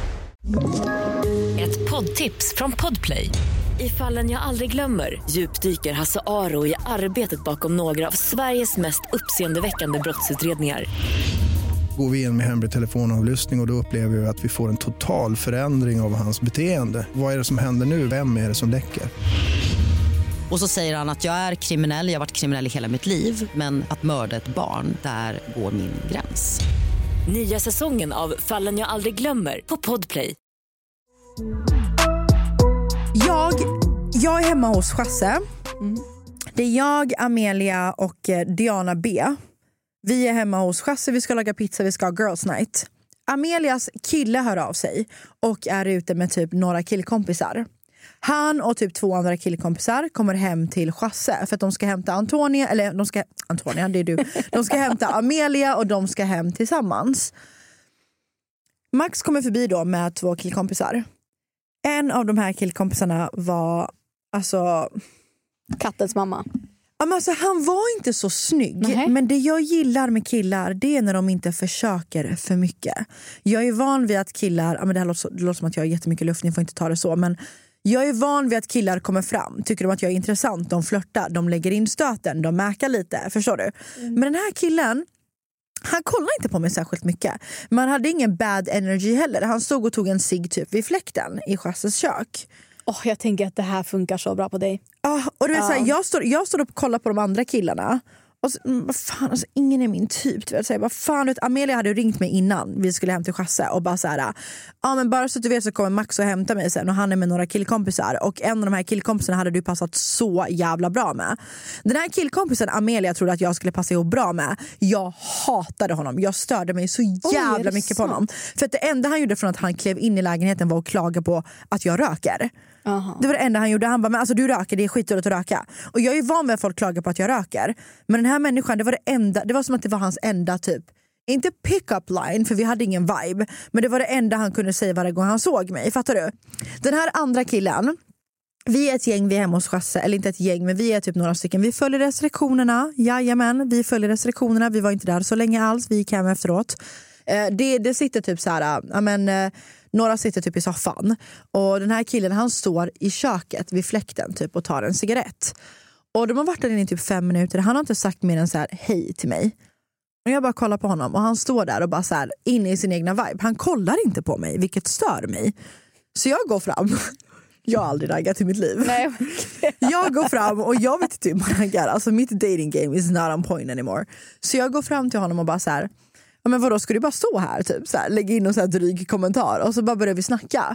Ett poddtips från Podplay. I Fallen jag aldrig glömmer djupdyker Hasse Aro i arbetet bakom några av Sveriges mest uppseendeväckande brottsutredningar. Går vi in med hemlig telefonavlyssning och, och då upplever vi att vi får en total förändring av hans beteende. Vad är det som händer nu? Vem är det som läcker? Och så säger han att jag är kriminell, jag har varit kriminell i hela mitt liv. Men att mörda ett barn, där går min gräns. Nya säsongen av Fallen jag aldrig glömmer på Podplay. Jag, jag är hemma hos Chasse. Mm. Det är jag, Amelia och Diana B. Vi är hemma hos Chasse, vi ska laga pizza, vi ska ha girls night. Amelias kille hör av sig och är ute med typ några killkompisar. Han och typ två andra killkompisar kommer hem till Chasse för att de ska hämta Antonia, eller de ska, Antonia, det är du. De ska hämta Amelia och de ska hem tillsammans. Max kommer förbi då med två killkompisar. En av de här killkompisarna var alltså kattens mamma. Alltså, han var inte så snygg. Nej. Men det jag gillar med killar, det är när de inte försöker för mycket. Jag är van vid att killar, ja, men det här låter, så, det låter som att jag har jättemycket luft, ni får inte ta det så, men jag är van vid att killar kommer fram, tycker de att jag är intressant, de flörtar, de lägger in stöten, de mäkar lite, förstår du? Mm. Men den här killen, han kollade inte på mig särskilt mycket. Man hade ingen bad energy heller. Han stod och tog en cigg typ vid fläkten i Chasses kök. Oh, jag tänker att det här funkar så bra på dig. Ah, och du vet, ja. så här, jag, står, jag står och kollar på de andra killarna. Och så, vad fan, alltså, ingen är min typ. Du vet, så här, vad fan, vet, Amelia hade ringt mig innan vi skulle hem till Chasse och bara så här, ja, men bara så att du vet så kommer Max och hämta mig sen och han är med några killkompisar och en av de här killkompisarna hade du passat så jävla bra med. Den här killkompisen Amelia trodde att jag skulle passa ihop bra med. Jag hatade honom. Jag störde mig så jävla Oj, mycket på honom. För att det enda han gjorde från att han klev in i lägenheten var att klaga på att jag röker. Aha. Det var det enda han gjorde. Han bara, men alltså du röker, det är skitdåligt att röka. Och jag är van vid att folk klagar på att jag röker. Men den här människan, det var det enda, det var som att det var hans enda typ, inte pick-up line, för vi hade ingen vibe, men det var det enda han kunde säga varje gång han såg mig. Fattar du? Den här andra killen, vi är ett gäng, vi är hemma hos Chasse, eller inte ett gäng, men vi är typ några stycken. Vi följer restriktionerna, jajamän, vi följer restriktionerna. Vi var inte där så länge alls, vi gick hem efteråt. Eh, det, det sitter typ så här, ja men eh, några sitter typ i soffan och den här killen, han står i köket vid fläkten typ och tar en cigarett. Och de har varit där inne i typ fem minuter. Han har inte sagt mer än så här hej till mig. Och jag bara kollar på honom och han står där och bara så här inne i sin egna vibe. Han kollar inte på mig, vilket stör mig. Så jag går fram. Jag har aldrig raggat i mitt liv. Nej. Jag går fram och jag vet inte hur man raggar. Alltså mitt dating game is not on point anymore. Så jag går fram till honom och bara så här, ja, men vadå, ska du bara stå här typ så här, lägga in någon så här dryg kommentar och så bara börjar vi snacka.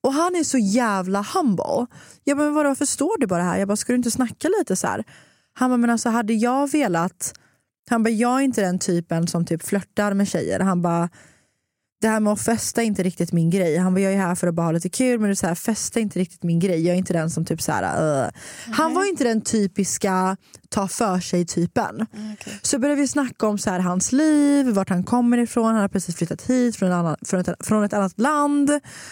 Och han är så jävla humble. Jag bara, men vadå, varför står du bara här? Jag bara, ska du inte snacka lite så här? Han bara, men alltså hade jag velat... Han bara, jag är inte den typen som typ flörtar med tjejer. Han bara, det här med att festa är inte riktigt min grej. Han bara, jag är här för att bara ha lite kul, men det är så här, festa är inte riktigt min grej. Jag är inte den som typ så här. Uh. Mm. Han var inte den typiska ta för sig typen. Mm, okay. Så började vi snacka om så här, hans liv, vart han kommer ifrån. Han har precis flyttat hit från, en annan, från, ett, från ett annat land.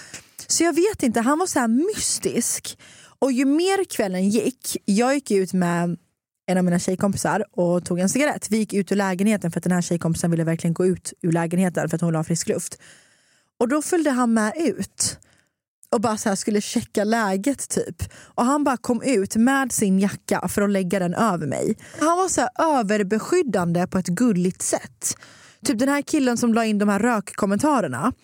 Så jag vet inte, han var så här mystisk. Och ju mer kvällen gick, jag gick ut med en av mina tjejkompisar och tog en cigarett. Vi gick ut ur lägenheten för att den här tjejkompisen ville verkligen gå ut ur lägenheten för att hon ville ha frisk luft. Och då följde han med ut och bara så här skulle checka läget typ. Och han bara kom ut med sin jacka för att lägga den över mig. Han var så här överbeskyddande på ett gulligt sätt. Typ den här killen som la in de här rökkommentarerna.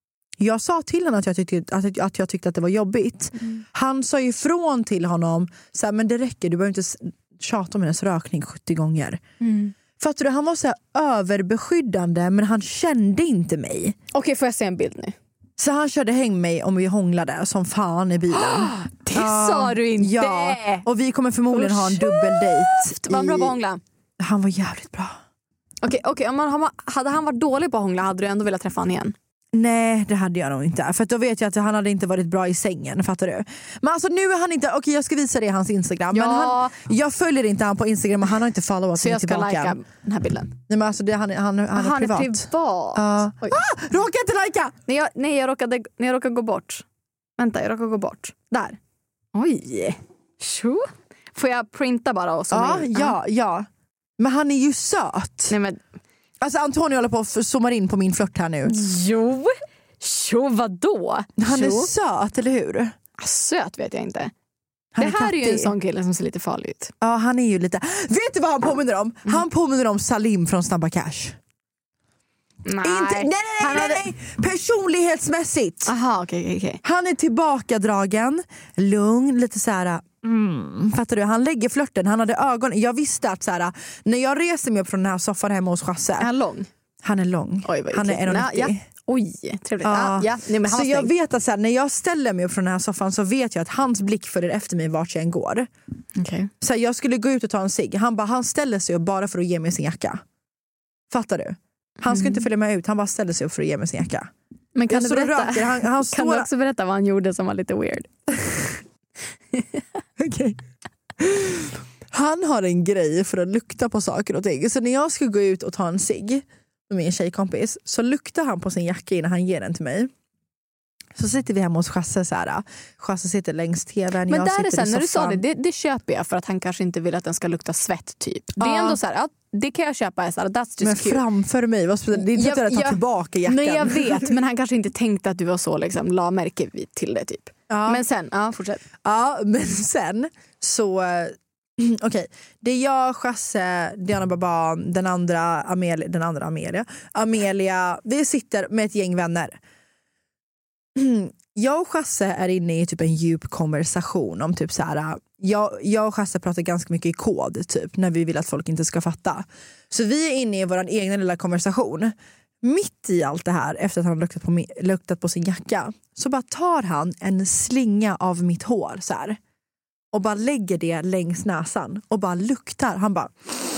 Jag sa till honom att jag tyckte att, att, jag tyckte att det var jobbigt. Mm. Han sa ifrån till honom så här, men det räcker, du behöver inte tjata om hennes rökning sjuttio gånger. Mm. Fattar du, han var så här överbeskyddande, men han kände inte mig. Okej, okay, får jag se en bild nu? Så han körde häng mig om vi hånglade som fan i bilen. Det uh, sa du inte! Ja, och vi kommer förmodligen oh, ha en dubbeldejt. Var han bra på att hångla? Han var jävligt bra. Okej, okay, okay, om man, hade han varit dålig på att hångla, hade du ändå velat träffa honom igen? Nej, det hade jag nog inte. För då vet jag att han hade inte varit bra i sängen, fattar du? Men alltså nu är han inte, okej okay, jag ska visa dig hans Instagram. Ja. Men han, jag följer inte han på Instagram och han har inte followat mig tillbaka. Så jag ska lika den här bilden? Nej men alltså det, han, han, han, han är privat. Han är privat? Uh. Ah, råkar inte lika! Nej, jag, nej jag, råkade, nej, jag råkade gå bort. Vänta, jag råkade gå bort. Där. Oj. Tjo. Får jag printa bara? Och ja, ja, ja. Men han är ju söt. Nej men... Alltså Antonio håller på att zooma in på min flört här nu. Jo. Jo, vadå? Han jo. är söt, eller hur? Söt vet jag inte. Han det är här kattig. är ju en sån kille som ser lite farlig ut. Ja, han är ju lite... Vet du vad han påminner om? Mm. Han påminner om Salim från Snabba Cash. Nej. Inte, nej, nej, nej, hade... nej. Personlighetsmässigt. Aha, okej, okay, okej. Okay. Han är tillbakadragen, lugn, lite så här... Mm, fattar du? Han lägger flörten, han hade ögon. Jag visste att så här, när jag reser mig upp från den här soffan hemma hos Chasse. Är han lång? Han är lång. Oj, han är en komma nittio. Ja. Oj, trevligt. Ja. Ah, ja. Nej, men så jag vet att så här, när jag ställer mig upp från den här soffan så vet jag att hans blick följer efter mig vart jag än går. Okay. Så här, jag skulle gå ut och ta en cigg. Han bara, han ställer sig upp bara för att ge mig sin jacka. Fattar du? Han ska mm. inte följa mig ut, han bara ställer sig upp för att ge mig sin jacka. Men kan, du, berätta, han, han kan står... du också berätta vad han gjorde som var lite weird? Okej. Okay. Han har en grej för att lukta på saker och ting. Så när jag ska gå ut och ta en cigg med min tjejkompis så luktar han på sin jacka innan han ger den till mig. Så sitter vi hemma hos Chasse så här. Chasse sitter längst tvn. Men jag där är sen, när du sa det, det, det köper jag för att han kanske inte vill att den ska lukta svett typ. Det är ja. ändå så här, ja, det kan jag köpa. Så här, that's just men cute. Framför mig, vad det är inte att ta tillbaka jackan. Men jag vet, men han kanske inte tänkte att du var så liksom, la märke till det typ. Ja. Men sen, ja fortsätt. Ja, men sen så... Okej, okay. Det är jag, Chasse, Diana Baba, den andra Amelia, den andra Amelia. Amelia, vi sitter med ett gäng vänner. Jag och Chasse är inne i typ en djup konversation om typ så här. Jag, jag och Chasse pratar ganska mycket i kod typ när vi vill att folk inte ska fatta. Så vi är inne i vår egna lilla konversation. Mitt i allt det här, efter att han har luktat på, luktat på sin jacka, så bara tar han en slinga av mitt hår så här. Och bara lägger det längs näsan och bara luktar. Han bara...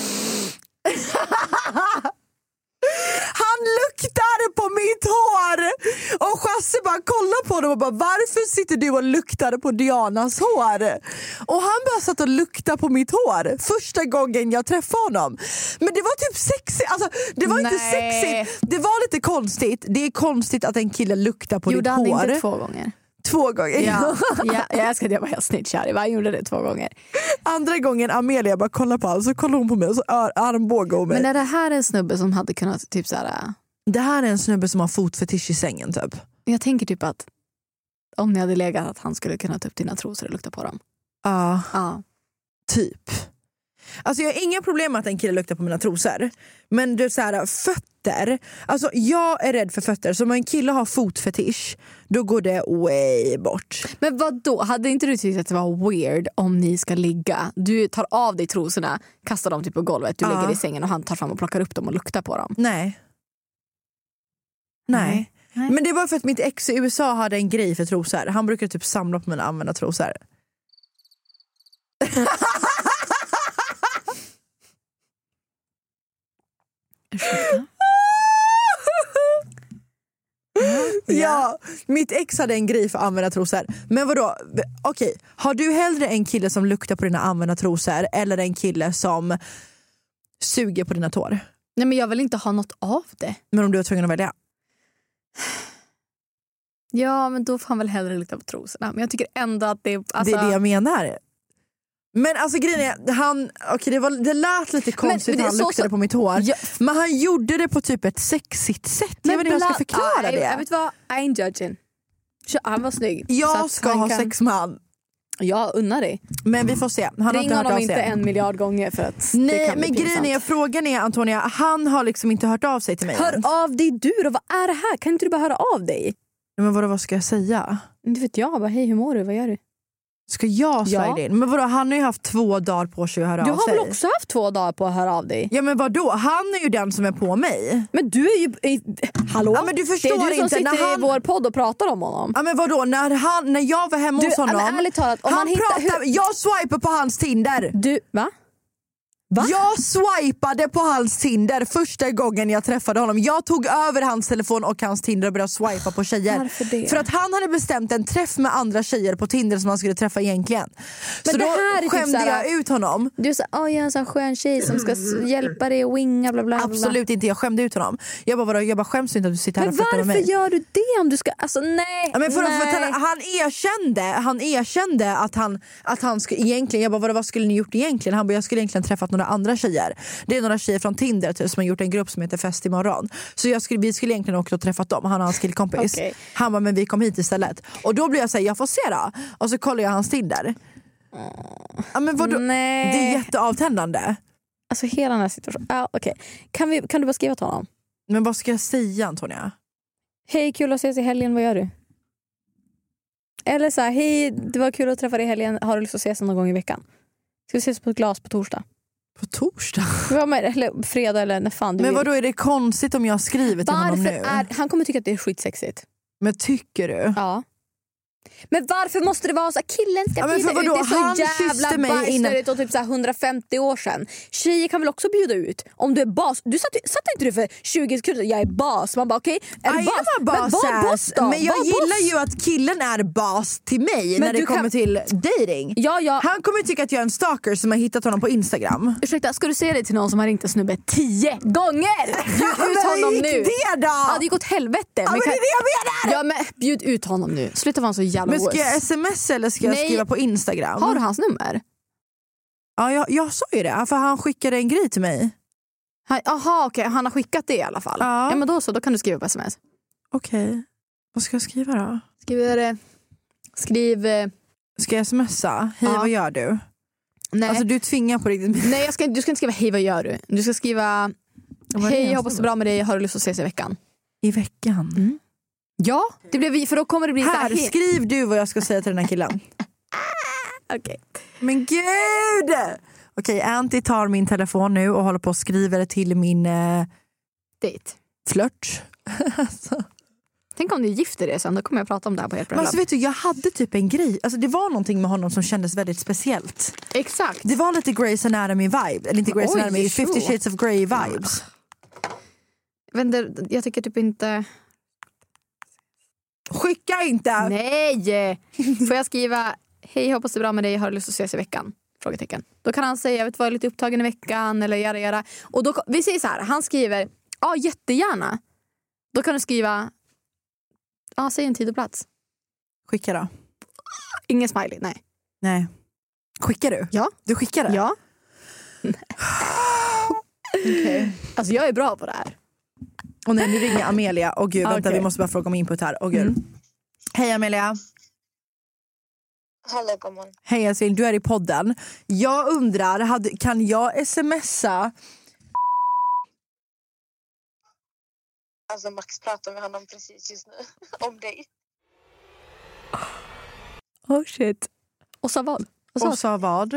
Han luktar på mitt hår! Och Chasse bara kollar på dem och bara, varför sitter du och luktar på Dianas hår? Och han bara satt och luktade på mitt hår första gången jag träffade honom. Men det var typ sexigt. Alltså, det var Nej. inte sexigt. Det var lite konstigt. Det är konstigt att en kille luktar på Gjorde ditt hår. Gjorde han inte två gånger? Två gånger. Ja, ja, jag älskar att jag var helt snittkär. Jag gjorde det två gånger. Andra gången Amelia bara kollar på honom, så kollar hon på mig och så armbågar hon mig. Men är det här en snubbe som hade kunnat typ så här... Det här är en snubbe som har fotfetisch i sängen typ. Jag tänker typ att om ni hade legat att han skulle kunna ta upp dina trosor och lukta på dem. Ja, ja. Typ. Alltså jag har inga problem med att en kille luktar på mina trosor. Men du så här, fötter. Alltså jag är rädd för fötter. Så om en kille har fotfetisch, då går det way bort. Men vad då? Hade inte du tyckt att det var weird om ni ska ligga? Du tar av dig trosorna, kastar dem typ på golvet. Du ja. lägger i sängen och han tar fram och plockar upp dem och luktar på dem. Nej. Nej. Nej. Men det var för att mitt ex i U S A hade en grej för trosor. Han brukade typ samla på mina använda trosor. Ja, mitt ex hade en grej för använda trosor. Men vadå, okej, har du hellre en kille som luktar på dina använda trosor eller en kille som suger på dina tår? Nej, men jag vill inte ha något av det. Men om du är tvungen att välja? Ja, men då får han väl hellre lukta på trosorna. Men jag tycker ändå att det... Alltså... Det är det jag menar. Men alltså grejen är, han, okay, det, var, det lät lite konstigt att han luktade så... på mitt hår. Ja. Men han gjorde det på typ ett sexigt sätt. Men jag vet inte hur jag ska förklara ah, det. Jag vet vad, I ain't judging. Han var snygg. Jag ska ha kan... sex med han. Jag unnar dig. Men vi får se. Han Ring honom inte en miljard gånger för att Nej, det kan men grejen är, frågan är Antonia, han har liksom inte hört av sig till mig. Hör än. av dig du då, vad är det här? Kan inte du bara höra av dig? Men vadå, vad ska jag säga? Inte vet jag, bara hej hur mår du, vad gör du? Ska jag slide ja. in? Men vadå, han har ju haft två dagar på sig att höra du av sig. Du har väl också haft två dagar på att höra av dig? Ja men vadå, han är ju den som är på mig. Men du är ju... Eh, hallå? Ja, men du förstår det är du som inte, sitter när han... i vår podd och pratar om honom. Ja men vadå, när, han, när jag var hemma du, hos honom men ärligt talat, om han man hittar, pratar, hur... jag swipar på hans Tinder. Du, va? Va? Jag swipade på hans Tinder första gången jag träffade honom. Jag tog över hans telefon och hans Tinder och började swipa på tjejer. Varför det? För att han hade bestämt en träff med andra tjejer på Tinder som han skulle träffa egentligen. Men så det då här är skämde typ såhär, jag ut honom. Du sa, åh jag är en sån skön tjej som ska hjälpa dig att winga bla bla bla. Absolut inte, jag skämde ut honom. Jag bara, vadå, jag bara skäms inte att du sitter här men och flörtar med mig. Men varför gör du det om du ska, alltså nej. Ja, men för, nej. För, för, han erkände, han erkände att han, att han skulle egentligen, jag bara, vad, vad skulle ni gjort egentligen? Han bara, jag skulle egentligen träffat några andra tjejer. Det är några tjejer från Tinder typ, som har gjort en grupp som heter Fest imorgon. Så jag skulle, vi skulle egentligen också träffat dem. Han och hans killkompis. Okay. Han bara, men vi kom hit istället. Och då blir jag såhär, jag får se då. Och så kollar jag hans Tinder. Mm. Ja, men vadå? Nej. Det är jätteavtändande. Alltså hela den här situationen. Ja, okej. Okay. Kan, vi, kan du bara skriva till honom? Men vad ska jag säga, Antonia? Hej, kul att ses i helgen, vad gör du? Eller så här, hej, det var kul att träffa dig i helgen. Har du lust att ses någon gång i veckan? Ska vi ses på ett glas på torsdag? På torsdag? Ja, men, eller fredag eller när fan du Men vill. vadå, är det konstigt om jag skriver till varför honom nu? Är, han kommer tycka att det är skitsexigt. Men tycker du? Ja. Men varför måste det vara så att killen ska ja, men bjuda vadå, ut? Det är så han jävla bajsnödigt och typ så här hundrafemtio år sedan. Tjejer kan väl också bjuda ut? Om du är bas. Du satt, satt inte du för tjugo sekunder, jag är bas. Man bara okej, okay, är du bas? Men var boss då? Men jag var gillar boss. ju att killen är bas till mig. Men när det kommer kan... till dating. Ja, ja. Han kommer tycka att jag är en stalker som har hittat honom på Instagram. Ursäkta, ska du säga det till någon som har ringt en snubbe tio gånger? Bjud ut honom nu. Gick det då? Ja, det gick åt helvete. Ja, men, men kan... det är det jag menar! Ja, men bjud ut honom nu. Sluta vara så jävla Men ska jag sms eller ska jag Nej. skriva på Instagram? Har du hans nummer? Ja, jag, jag sa ju det. För han skickade en grej till mig. Jaha, okej. Okay. Han har skickat det i alla fall. Ja. Ja, men då så. Då kan du skriva på sms. Okej. Okay. Vad ska jag skriva då? Skriv det. Skriv... Ska jag smsa? Hej, ja. Vad gör du? Nej. Alltså du tvingar på riktigt. Nej, jag ska, du ska inte skriva hej, vad gör du? Du ska skriva hej, jag hoppas det är bra med dig. Har du lust att ses i veckan? I veckan? Mm. Ja, det blir vi, för då kommer det bli här, så här. Skriv du vad jag ska säga till den här killen. Okej. Okay. Men gud! Okej, okay, Anty tar min telefon nu och håller på att skriva det till min eh, dejt. Flört. Alltså. Tänk om du gifter dig sen, då kommer jag prata om det här på helt bra. Men alltså, vet du, jag hade typ en grej. Alltså, det var någonting med honom som kändes väldigt speciellt. Exakt. Det var lite Grey's Anatomy-vibe. Eller inte Grey's Oj, Anatomy, så. Fifty Shades of Grey-vibes. Jag, jag tycker typ inte... Skicka inte! Nej! Får jag skriva hej, hoppas det är bra med dig, har du lust att ses i veckan? Frågetecken. Då kan han säga, jag vet vad, jag är lite upptagen i veckan eller göra göra. Och då, vi säger så här, han skriver, ja jättegärna. Då kan du skriva, ja säg en tid och plats. Skicka då. Ingen smiley, nej. Nej. Skickar du? Ja. Du skickar det? Ja. Okay. Alltså jag är bra på det här. Och nej, nu ringer Amelia. Åh gud, vänta, okay. vi måste bara fråga om input här. Åh gud. Mm. Hej Amelia. Hallå, gumman. Hej Asil, du är i podden. Jag undrar, hade, kan jag smsa? Alltså Max pratar med honom precis just nu om dig. Oh shit. Och sa vad? Och sa, och sa vad?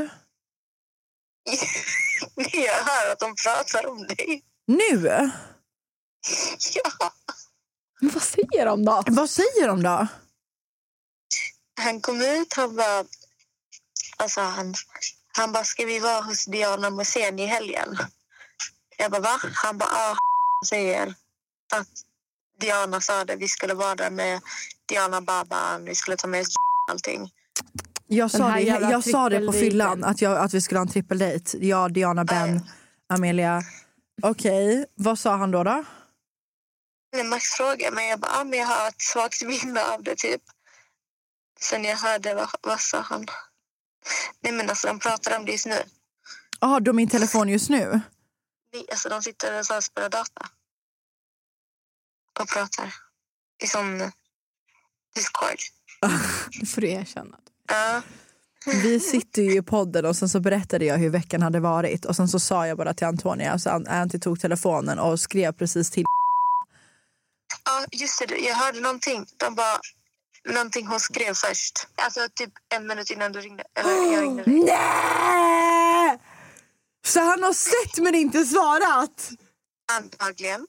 Jag hör att de pratar om dig. Nu? Ja. Men vad säger de då? Vad säger de då? Han kom ut, han bara... Alltså han, han bara, ska vi vara hos Diana Mosen i helgen? Jag bara, va? Han bara, ah, säger att Diana sa det. Vi skulle vara där med Diana Baban. Vi skulle ta med oss allting. Jag sa det, jag, jag sa det på fyllan trippel-dejten. att, jag, att vi skulle ha en trippeldejt. Jag, Diana, Ben, Amelia. Okej, vad sa han då då? När Max frågade mig, jag bara, ah, men jag har ett svagt minne av det typ. Sen jag hörde, vad, vad sa han? Nej men alltså de pratar om det just nu. Jaha, de är min telefon just nu? Vi, alltså de sitter och så och spelar data. Och pratar. I sån Discord. Det får du erkänna. Ja. Vi sitter ju i podden och sen så berättade jag hur veckan hade varit. Och sen så sa jag bara till Antonia, så Antti tog telefonen och skrev precis till. Ja, just det. Jag hörde någonting. De bara, någonting hon skrev först. Alltså typ en minut innan du ringde. Eller jag ringde dig. Nej! Så han har sett men inte svarat? Antagligen.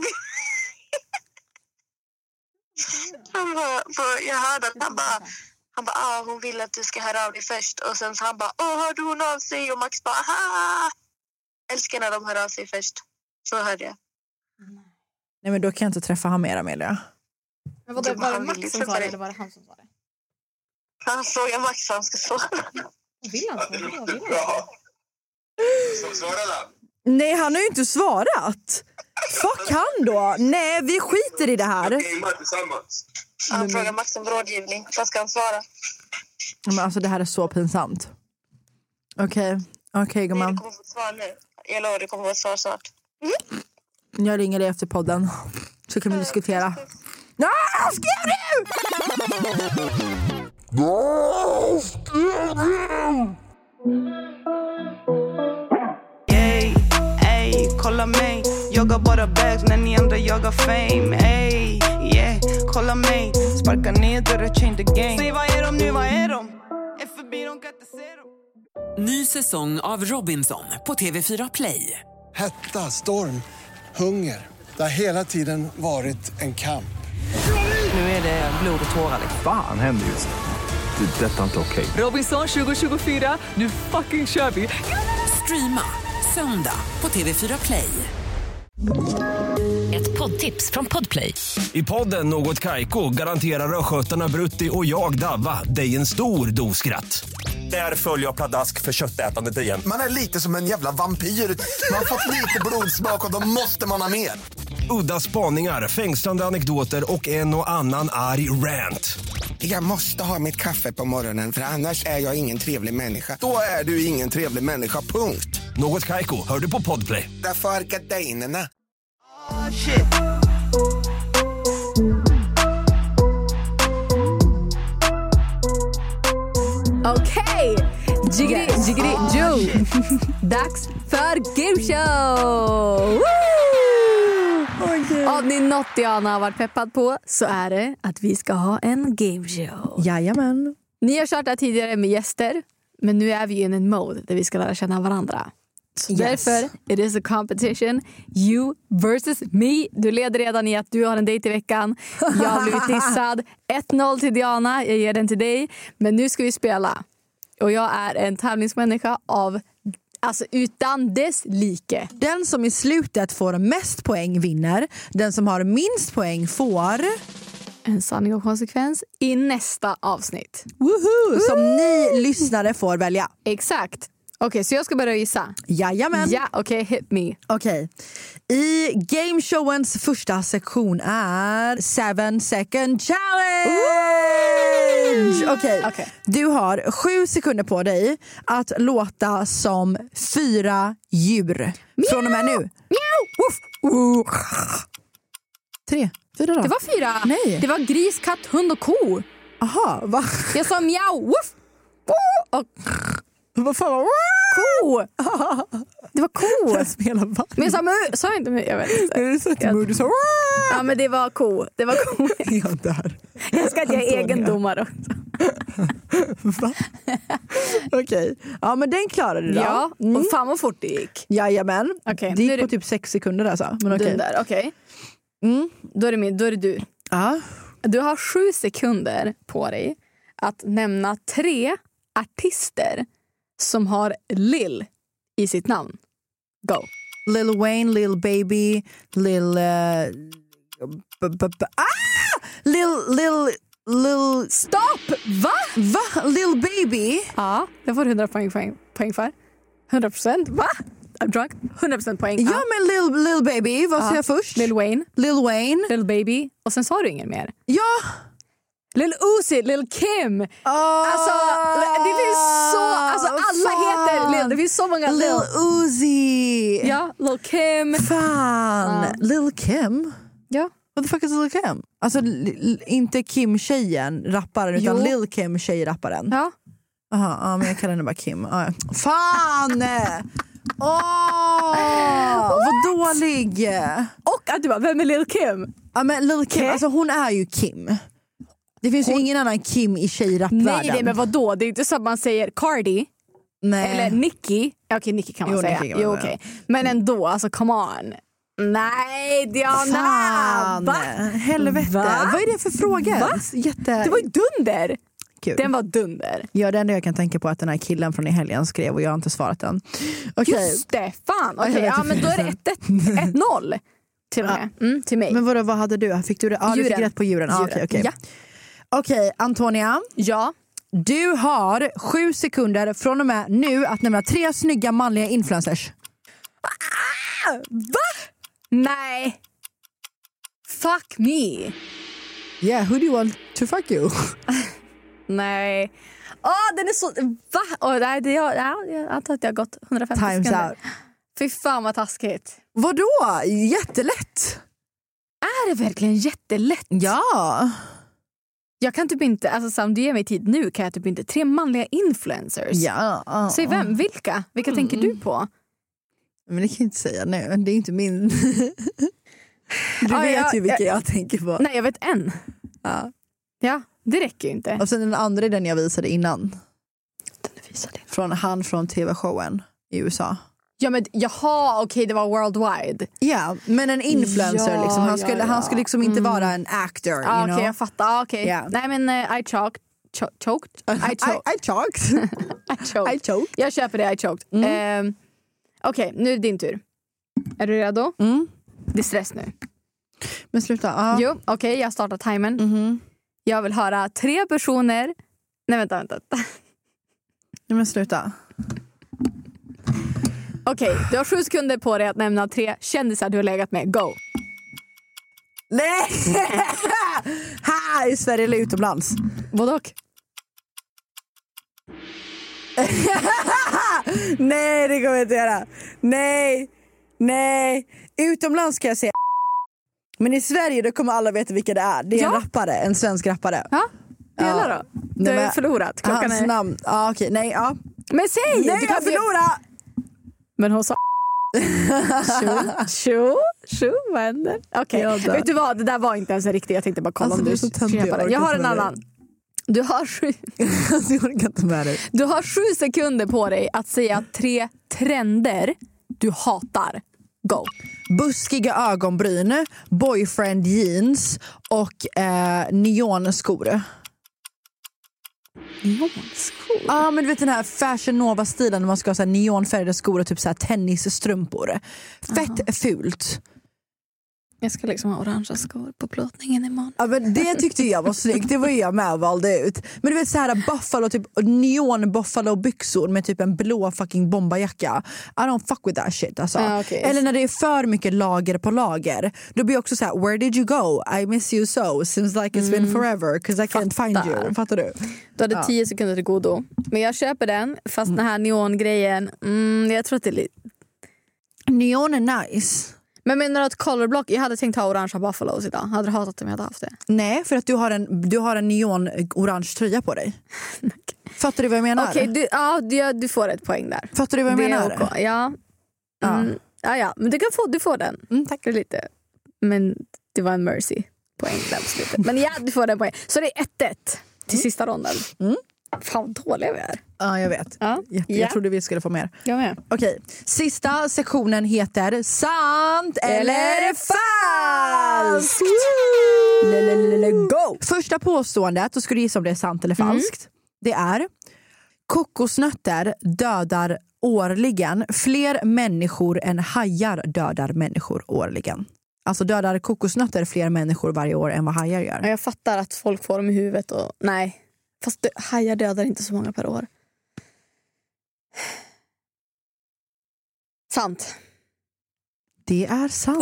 han bara, för jag hörde att han bara... Han bara, ah, hon vill att du ska höra av dig först. Och sen så han bara, åh, hörde hon av sig? Och Max bara, ha! Älskar när de hör av sig först. Så hörde jag. Nej men då kan jag inte träffa han mer, Amelia. Men vad det, var det Max som sa det eller var det han som sa det? Han frågar Max vad han ska svara. Vill han svara? Vill han svara? Så svara då. Nej, han har ju inte svarat. Fuck han då. Nej, vi skiter i det här. Gamear tillsammans. Han frågar Max om rådgivning. Vad ska han svara? Men alltså det här är så pinsamt. Okej, okay. okej okay, gumman. Du kommer få ett svar nu. Jag lovar, du kommer få ett svar snart. Mm. Jag ringer dig efter podden. Så kan vi diskutera. Ah, skriv nu! Ah, skriv nu! Ey, ey, kolla mig. Jagar bara bags när ni andra jagar fame. Ey, yeah, kolla mig. Sparka ner dörrar, change the game. Säg vad är de nu, vad är de? F B, de kan inte se dem. Ny säsong av Robinson på T V fyra Play. Hetta, storm, hunger. Det har hela tiden varit en kamp. Nu är det blod och tårar. Fan händer just det. Det är detta inte okej. Robinson tjugo tjugofyra, nu fucking kör vi. Streama söndag på T V fyra Play. Ett poddtips från Podplay. I podden Något Kaiko garanterar öskötarna Brutti och jag Davva dig en stor doskratt. Där följer jag pladask för köttätandet igen. Man är lite som en jävla vampyr. Man har fått lite blodsmak och då måste man ha mer. Udda spaningar, fängslande anekdoter och en och annan arg rant. Jag måste ha mitt kaffe på morgonen för annars är jag ingen trevlig människa. Då är du ingen trevlig människa, punkt. Något Kaiko, hör du på Podplay. Därför är gardinerna. Oh, shit. Okej, jiggity, jiggity, Joe. Dags för gameshow! Okay. Om ni något Diana har varit peppad på så är det att vi ska ha en gameshow. Jajamän. Ni har kört det tidigare med gäster, men nu är vi i en mode där vi ska lära känna varandra. Yes. Därför it is a competition. You versus me. Du leder redan i att du har en dejt i veckan. Jag har blivit dissad. ett noll till Diana. Jag ger den till dig. Men nu ska vi spela. Och jag är en tävlingsmänniska av, alltså utan dess like. Den som i slutet får mest poäng vinner. Den som har minst poäng får en sanning och konsekvens i nästa avsnitt. Woohoo! Som ni lyssnare får välja. Exakt. Okej, okay, så jag ska börja gissa. Jajamän. Ja, okej, okay, hit me. Okej. Okay. I gameshowens första sektion är Seven Second Challenge. Okej. Okay. Okay. Du har sju sekunder på dig att låta som fyra djur. Miau! Från och med nu. Miau! Uh. Tre. Fyra då. Det var fyra. Nej. Det var gris, katt, hund och ko. Aha, va? Jag sa miau. Woof. Och vad fan var ko? Det var ko. Jag spelar bara. Men jag sa mu, sa jag inte mu, jag vet inte. Är det så att mu, du sa ja, men det var ko. Det var ko. Ja, där. Jag ska att jag är egendomare också. Va? Okej. Okay. Ja, men den klarade du då. Ja, mm. Och fan vad fort det gick. Jajamän. Okay. Det gick på typ sex sekunder där så. Men okej. Okay. Okej. Mm. Då är det min, då är det du. Ja. Du har sju sekunder på dig att nämna tre artister som har Lil i sitt namn. Go. Lil Wayne, Lil Baby, Lil... Uh, b- b- b- ah! Lil... Lil... Lil... Stopp! Va? Va? Lil Baby? Ja, jag får hundra poäng, poäng, poäng för. hundra procent. Va? I'm drunk. hundra procent poäng. Ja, ja. men Lil, Lil Baby, vad ja. sa jag först? Lil Wayne. Lil Wayne. Lil Baby. Och sen sa du ingen mer. Ja. Lil Uzi, Lil Kim. Oh, alltså, det finns så... Alltså, alla fan. heter Lil. Det finns så många Lil. Lil Uzi. Ja, Lil Kim. Fan. Ja. Lil Kim? Ja. What the fuck is Lil Kim? Alltså, l- inte Kim-tjejen, rapparen, utan Jo. Lil Kim, tjej-rapparen. Ja. Aha, ja, men jag kallar henne bara Kim. Ah, ja. Fan! Åh, oh, vad dålig. Och att du bara, vem är Lil Kim? Ja, men Lil Kim, Okay. alltså hon är ju Kim. Det finns hon... ju ingen annan Kim i tjejrappvärlden. Nej, nej, men vadå? Det är inte så att man säger Cardi. Nej. Eller Nicki. Okej, okay, Nicki kan man jo, säga. Nicki kan man jo, säga. okay. Men ändå, alltså come on. Nej, Diana! Fan! Va? Helvete. Va? Vad är det för fråga? Va? Jätte... Det var ju dunder. Kul. Den var dunder. Ja, det enda jag kan tänka på är att den här killen från i helgen skrev och jag har inte svarat än. Okay. Just det, fan. Okej, Okay, ja, men då är det ett noll till och med. Mm, till mig. Men vadå, vad hade du? Fick du det? Ja, du fick rätt på djuren. djuren. Ah, okej, okej. Ja. Okej, Antonia. Ja. Du har sju sekunder från och med nu att nämna tre snygga manliga influencers. Ah, va? Nej. Fuck me. Yeah, who do you want to fuck you? Nej. Åh, oh, den är så... Va? Oh, nej, det, ja, jag antar att jag har gått hundrafemtio Times sekunder. out. Fy fan vad taskigt. Vadå? Jättelätt. Är det verkligen jättelätt? Ja. Jag kan typ inte, alltså om du ger mig tid nu kan jag typ inte. Tre manliga influencers. Ja. Uh, Säg vem, vilka? Vilka mm. tänker du på? Men det kan jag inte säga, nej. Det är inte min... Du ah, vet ja, ju vilka jag, jag tänker på. Nej, jag vet en. Ja. Ja, det räcker ju inte. Och sen den andra är den jag visade innan. Den du visade. Från han från tv-showen i U S A. Ja, men jaha, okej, okay, det var worldwide. Ja, men en influencer ja, liksom. Han skulle, ja, ja. han skulle liksom inte mm. vara en actor, you ah, know? Okej, okay, jag fattar. Ah, okay. Yeah. Nej, men uh, I choked. Cho- choked? I, cho- I, I choked. I choked. I choked. Jag köper det, I choked. Mm. Um, okej, okay, nu är det din tur. Är du redo? Mm. Det är stress nu. Men sluta. Ah. Jo, okej, okay, jag startar timern. Mm-hmm. Jag vill höra tre personer. Nej, vänta, vänta. Nej, men sluta. Okej, okay, du har sju sekunder på dig att nämna tre kändisar du har legat med. Go! Nej! Här i Sverige eller utomlands? Vadå? Nej, det kommer jag inte göra. Nej, nej. Utomlands kan jag säga. Men i Sverige då kommer alla veta vilka det är. Det är ja. en rappare, en svensk rappare. Ja, dela ja. då. Du har förlorat. Klockan hans är... namn. Ja, okej. Nej, ja. Men säg! Nej, du kan kan förlora! Men hon sa... Tjo, tjo, vad händer? Okej, okay. Vet du vad? Det där var inte ens riktigt. Jag tänkte bara kolla alltså, om du köper det. Jag har en annan. Du har, sju... du har sju sekunder på dig att säga tre trender du hatar. Go. Buskiga ögonbryn, boyfriend jeans och eh, neonskor. Neonskor? Ja, ah, men du vet den här Fashion Nova-stilen när man ska ha så här neonfärgade skor och typ så här tennisstrumpor. Fett Aha. fult. Jag ska liksom ha orangea skor på plåtningen imorgon. Ja, men det tyckte jag var snyggt. Det var ju jag med och valde ut. Men du vet så här buffalo, typ neon buffalo byxor med typ en blå fucking bombajacka. I don't fuck with that shit alltså. Ah, okay. Eller när det är för mycket lager på lager. Då blir jag också så här: where did you go? I miss you so. Seems like it's mm. been forever. Cause I can't find you. Fattar du? Du hade ja. tio sekunder till godo. Men jag köper den. Fast mm. den här neongrejen, mm, jag tror att det är lite... Neon är nice. Men menar du att colorblock? Jag hade tänkt ha orangea buffalos idag. Hade du hatat om jag hade haft det? Nej, för att du har en, du har en neon-orange tröja på dig. Okay. Fattar du vad jag menar? Okej, okay, du, ja, du, du får ett poäng där. Fattar du vad jag det menar? Okay. Ja. Mm. Ja. ja, ja. Men du kan få, du får den. Mm, tack. Lite. Men det var en mercy poäng där på slutet. Men ja, du får den poäng. Så det är ett ett till mm. sista ronden. Mm. Fan vad dåliga vi är. Ja, jag vet. Ja. Jätte, Ja. Jag trodde vi skulle få mer. Jag med. Okej, sista sektionen heter Sant eller falskt. Go! Första påståendet, då ska du gissa om det är sant eller falskt. Mm. Det är: kokosnötter dödar årligen fler människor än hajar dödar människor årligen. Alltså dödar kokosnötter fler människor varje år än vad hajar gör. Jag fattar att folk får dem i huvudet och nej. Fast dö- hajar dödar inte så många per år. Sant. Det är sant.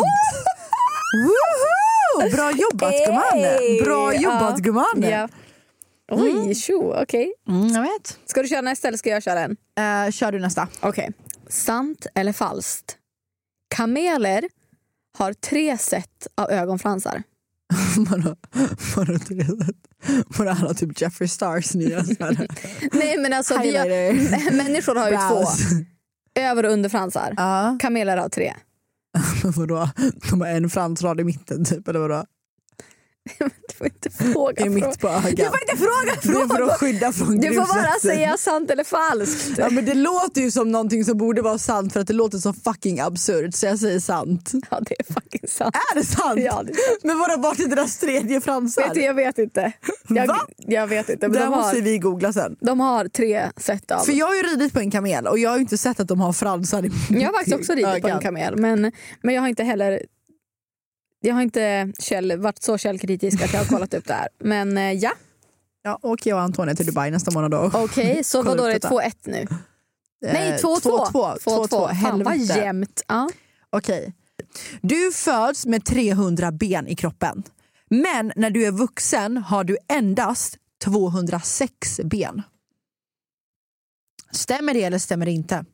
Woho! Bra jobbat gumman. Bra jobbat ja. gumman. Ja. Oj, Mm. tjo, okej. Okay. Mm, jag vet. Ska du köra nästa eller ska jag köra den? Uh, kör du nästa. Okej. Okay. Sant eller falskt? Kameler har tre set av ögonfransar. Vadå? Vadå tre set? Vadå alla typ Jeffree Stars nya? Nej men alltså vi har, människor har ju Brows. två. Över- och underfransar. Ja. Kameler har tre. Men vadå? De har en fransrad i mitten typ, eller vadå? Du får inte fråga. Det är mitt på ögat. Du får inte fråga fråga. Det är för att skydda från Du får bara grusrätten. säga sant eller falskt. Ja, men det låter ju som någonting som borde vara sant för att det låter så fucking absurt, så jag säger sant. Ja, det är fucking sant. Är det sant? Ja, det är sant. Men vadå, vart är deras tredje fransar? Vet du, jag vet inte. Jag, Va? jag vet inte. Men Det de måste har, vi googla sen. de har tre set av. För jag har ju ridit på en kamel och jag har ju inte sett att de har fransar i Jag har faktiskt också ridit på en ögat. kamel. Men, men jag har inte heller Jag har inte käll, varit så källkritisk att jag har kollat upp det här. Men eh, ja. Ja, åker jag och Antonija till Dubai nästa månad då. Okej, okay, så vad då är det två ett nu? Eh, Nej, två två. två två. Fan vad jämnt. Ja. Okej. Okay. Du föds med trehundra ben i kroppen. Men när du är vuxen har du endast tvåhundrasex ben. Stämmer det eller stämmer det inte?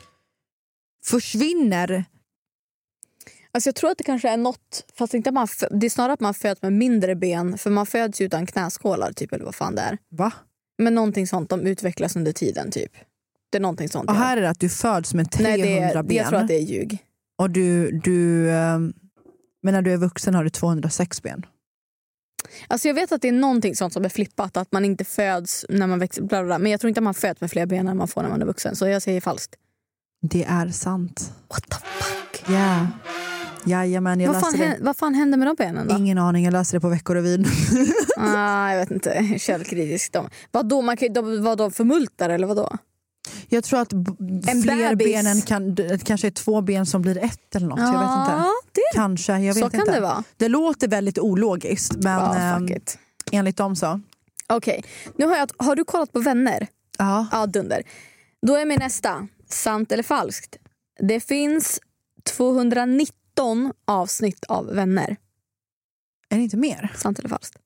Försvinner... Alltså jag tror att det kanske är något, fast inte man, det är snarare att man föds med mindre ben, för man föds utan knäskålar typ, eller vad fan det är. Va? Men någonting sånt, de utvecklas under tiden typ. Det är någonting sånt. Och här är det att du föds med trehundra Nej, det är, ben. jag tror att det är ljug. Och du, du men när du är vuxen har du tvåhundrasex ben. Alltså jag vet att det är någonting sånt som är flippat, att man inte föds när man växer, bla bla bla. Men jag tror inte att man föds med fler ben än man får när man är vuxen, så jag säger falskt. Det är sant. What the fuck? Ja. Yeah. Jajamän, jag vad, fan det. Händer, vad fan händer med de benen då? Ingen aning, jag läser det på Veckorevyn. ah, jag vet inte, källkritisk. De. Vadå, man kan, de, vad de förmultar eller vadå? Jag tror att b- en fler bebis. benen kan, det kanske är två ben som blir ett eller något. Ja, jag vet inte. Det. Kanske, jag vet så inte. kan det vara. Det låter väldigt ologiskt, men ja, eh, enligt dem så. Okej, okay. Nu har jag, har du kollat på Vänner? Ja. Ja, dunder. Då är min nästa, sant eller falskt. Det finns tvåhundranitton avsnitt av Vänner. Är det inte mer? Sant eller falskt?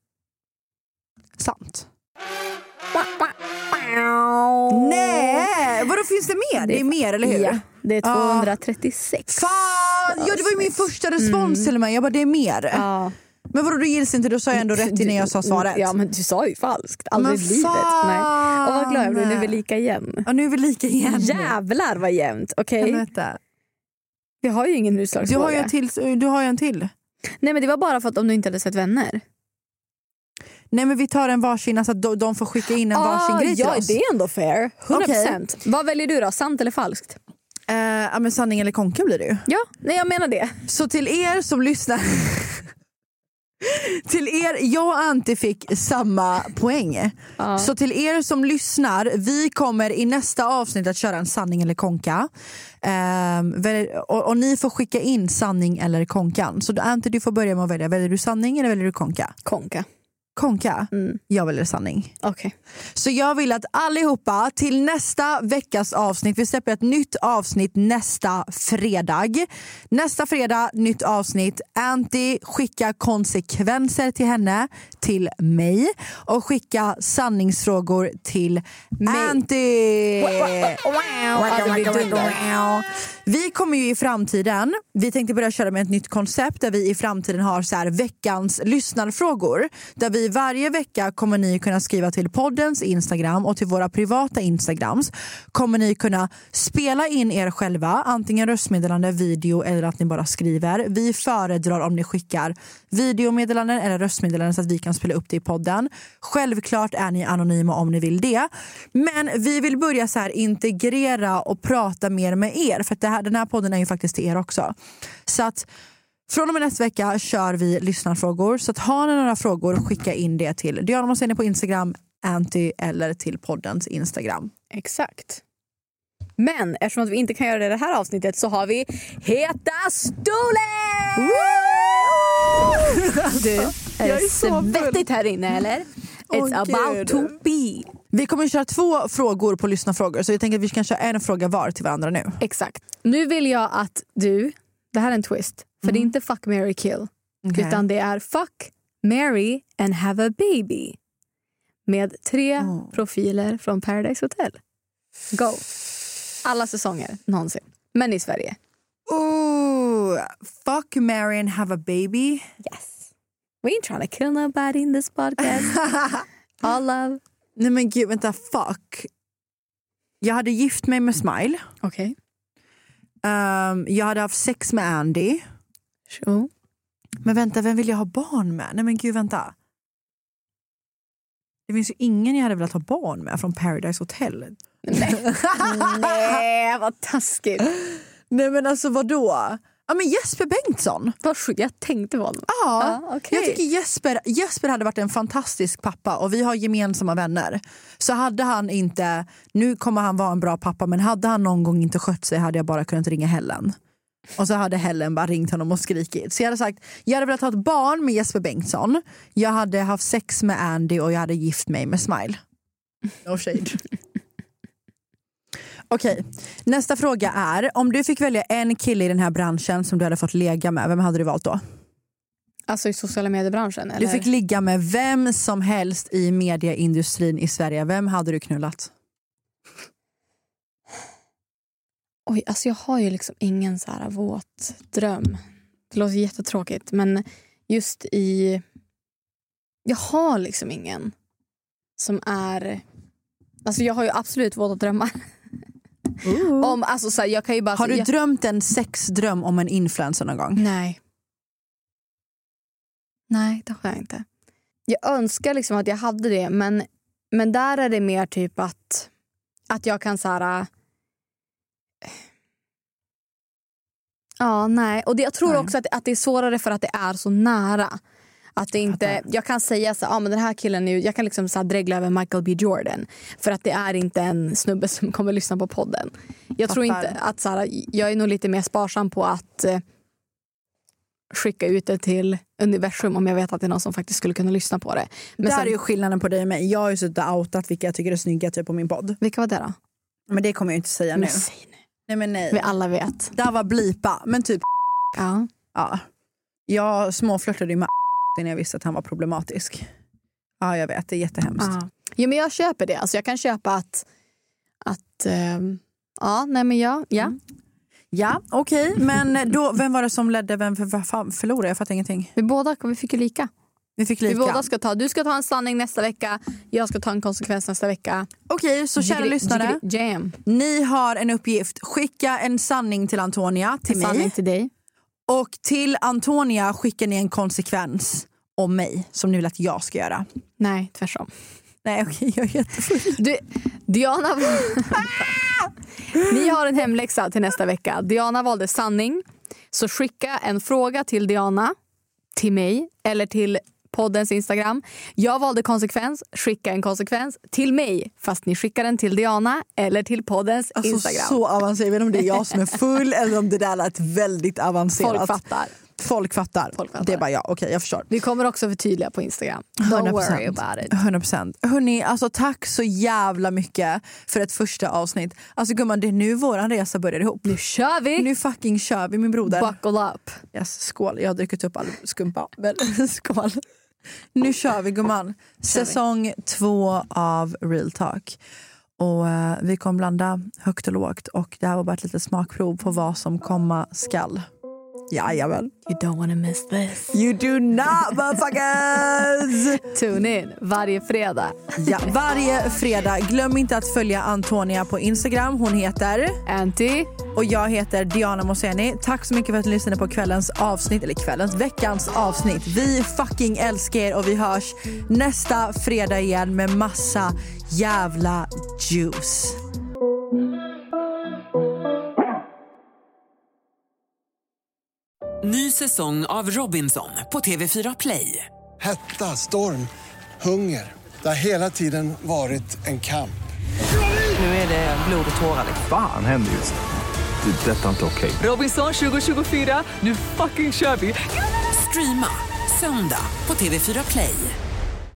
Sant. Nej, vadå, finns det mer? Det är mer, eller hur? Ja, det är tvåhundratrettiosex. Ah. Fan, ja, det var ju min första respons mm. till mig. Jag bara, det är mer. Ja. Men vadå, du gills inte? Då sa jag ändå rätt innan jag sa svaret. Ja, men du sa ju falskt. Aldrig i livet. Nej. Och vad glad jag blir, nu är vi lika igen. Ja, nu är vi lika igen. Jävlar vad jämnt. Okej. Okay. Vi har ju ingen utslagsfråga. Du har ju en till. Du har ju en till. Nej, men det var bara för att om du inte hade sett Vänner. Nej, men vi tar en varsin, alltså att de får skicka in en ah, varsin grej till ja, oss. Ja, det är ändå fair. hundra procent. Okay. Vad väljer du då? Sant eller falskt? Uh, ja, men sanning eller konka blir det ju. Ja, nej, jag menar det. Så till er som lyssnar... till er, jag och Antti fick samma poäng. Ja. Så till er som lyssnar, vi kommer i nästa avsnitt att köra en sanning eller konka. Um, och, och ni får skicka in sanning eller konkan. Så Antti, du får börja med att välja. Väljer du sanning eller väljer du konka? Konka. Konka? Mm. Jag väljer sanning. Okay. Så jag vill att allihopa till nästa veckas avsnitt, vi släpper ett nytt avsnitt nästa fredag. Nästa fredag, nytt avsnitt. Antti skicka konsekvenser till henne, till mig. Och skicka sanningsfrågor till Antti. Wow. Wow. Wow. Wow. Vi kommer ju i framtiden, vi tänkte börja köra med ett nytt koncept där vi i framtiden har så här veckans lyssnarfrågor. Där vi varje vecka kommer ni kunna skriva till poddens Instagram och till våra privata Instagrams. Kommer ni kunna spela in er själva, antingen röstmeddelande, video eller att ni bara skriver. Vi föredrar om ni skickar videomeddelanden eller röstmeddelanden så att vi kan spela upp det i podden. Självklart är ni anonyma om ni vill det. Men vi vill börja så här integrera och prata mer med er. För att det här, den här podden är ju faktiskt till er också. Så att från och med nästa vecka kör vi lyssnarfrågor. Så att har ni några frågor, skicka in det till Diana Mosseni på Instagram, Anty eller till poddens Instagram. Exakt. Men eftersom att vi inte kan göra det i det här avsnittet så har vi Heta stolen! Du, är det svettigt här inne eller? It's oh, about to be. Vi kommer att köra två frågor på lyssnarfrågor. Så jag tänker att vi kan köra en fråga var till varandra nu. Exakt. Nu vill jag att du, det här är en twist. För mm. det är inte fuck, marry, kill. Okay. Utan det är fuck, marry and have a baby. Med tre oh. profiler från Paradise Hotel. Go. Alla säsonger, någonsin. Men i Sverige. Ooh, fuck, marry and have a baby. Yes. We ain't trying to kill nobody in this podcast. All love. Nej men gud, vänta, fuck. Jag hade gift mig med Smile. Okej. Okay. Um, jag hade haft sex med Andy. Sure. Men vänta, vem vill jag ha barn med? Nej men gud, vänta. Det finns ju ingen jag hade velat ha barn med från Paradise Hotel. Nej, Nej vad taskigt. Nej men alltså vadå? Ja men Jesper Bengtsson. Vad sjukt, jag tänkte på honom. Ja, ah, okay. Jag tycker Jesper, Jesper hade varit en fantastisk pappa. Och vi har gemensamma vänner. Så hade han inte, nu kommer han vara en bra pappa. Men hade han någon gång inte skött sig hade jag bara kunnat ringa Helen. Och så hade Helen bara ringt honom och skrikit. Så jag hade sagt, jag hade velat ha ett barn med Jesper Bengtsson. Jag hade haft sex med Andy och jag hade gift mig med Smile. No shade. Okej, okay. Nästa fråga är, om du fick välja en kille i den här branschen som du hade fått lägga med, vem hade du valt då? Alltså i sociala mediebranschen? Eller? Du fick ligga med vem som helst i medieindustrin i Sverige. Vem hade du knullat? Oj, alltså jag har ju liksom ingen så här våt dröm. Det låter jättetråkigt, men just i... Jag har liksom ingen som är... Alltså jag har ju absolut våta drömmar. Uh. Om, alltså, så här, jag kan ju bara, har du jag... drömt en sexdröm om en influencer någon gång? Nej. Nej, det har jag inte. Jag önskar liksom att jag hade det, men, men där är det mer typ att, att jag kan så här... Ja, nej. Och det, jag tror nej. också att, att det är svårare för att det är så nära. Att det inte, jag kan säga så, ah, men den här killen nu, jag kan liksom så här dregla över Michael B. Jordan för att det är inte en snubbe som kommer lyssna på podden. Jag Fattar. tror inte att så här, jag är nog lite mer sparsam på att eh, skicka ut det till universum om jag vet att det är någon som faktiskt skulle kunna lyssna på det. Men där sen, är ju skillnaden på dig och mig. Jag har ju suttit och outat vilka jag tycker är snygga typ på min podd. Vilka var det då? Men det kommer jag inte säga men nu. Säg nu. Nej men nej. Vi alla vet. Där var blipa, men typ ja. Ja. Jag småflörtade ju med när jag visste att han var problematisk. Ja, jag vet. Det är jättehemskt. Ja, ja men jag köper det. Alltså jag kan köpa att... att um, ja, nej men ja. Ja, mm. ja okej. Okay. Men då, vem var det som ledde? Vem för, för, förlorade? Jag fattar ingenting. Vi båda vi fick ju lika. Vi fick lika. Vi båda ska ta. Du ska ta en sanning nästa vecka. Jag ska ta en konsekvens nästa vecka. Okej, okay, så kära Jigri, lyssnare. Jigri, jam. Ni har en uppgift. Skicka en sanning till Antonia. Till en mig. sanning till dig. Och till Antonia skickar ni en konsekvens om mig som ni vill att jag ska göra. Nej, tvärtom. Nej, okej, okay, jag är jättefull. Du, Diana... Ni har en hemläxa till nästa vecka. Diana valde sanning. Så skicka en fråga till Diana, till mig eller till poddens Instagram. Jag valde konsekvens. Skicka en konsekvens till mig. Fast ni skickar den till Diana eller till poddens alltså, Instagram. Så avancerat. Jag vet inte om det är jag som är full eller om det där lät väldigt avancerat. Folk fattar. Folk fattar. Folk fattar. Det är bara jag. Okej, okay, jag förstår. Vi kommer också förtydliga på Instagram. Don't hundra procent. worry about it. hundra procent. Hörrni, alltså tack så jävla mycket för ett första avsnitt. Alltså gumman, det är nu våran resa börjar ihop. Nu kör vi! Nu fucking kör vi, min broder. Buckle up. Yes, skål. Jag har druckit upp all skumpa. Men skål. Nu kör vi gumman. Säsong två av Real Talk. Och uh, vi kommer blanda högt och lågt. Och det här var bara ett litet smakprov på vad som komma skall. Jajamän. You don't wanna miss this. You do not, motherfuckers! Tune in varje fredag. Ja, varje fredag. Glöm inte att följa Antonia på Instagram. Hon heter Anty. Och jag heter Diana Moseni. Tack så mycket för att ni lyssnade på kvällens avsnitt. Eller kvällens, veckans avsnitt. Vi fucking älskar er och vi hörs nästa fredag igen med massa jävla juice. Ny säsong av Robinson på T V fyra Play. Hetta, storm, hunger. Det har hela tiden varit en kamp. Nu är det blod och tårar. Fan händer just det. Det är detta inte okej. Robinson tjugo tjugofyra, nu fucking kör vi. Streama söndag på T V fyra Play.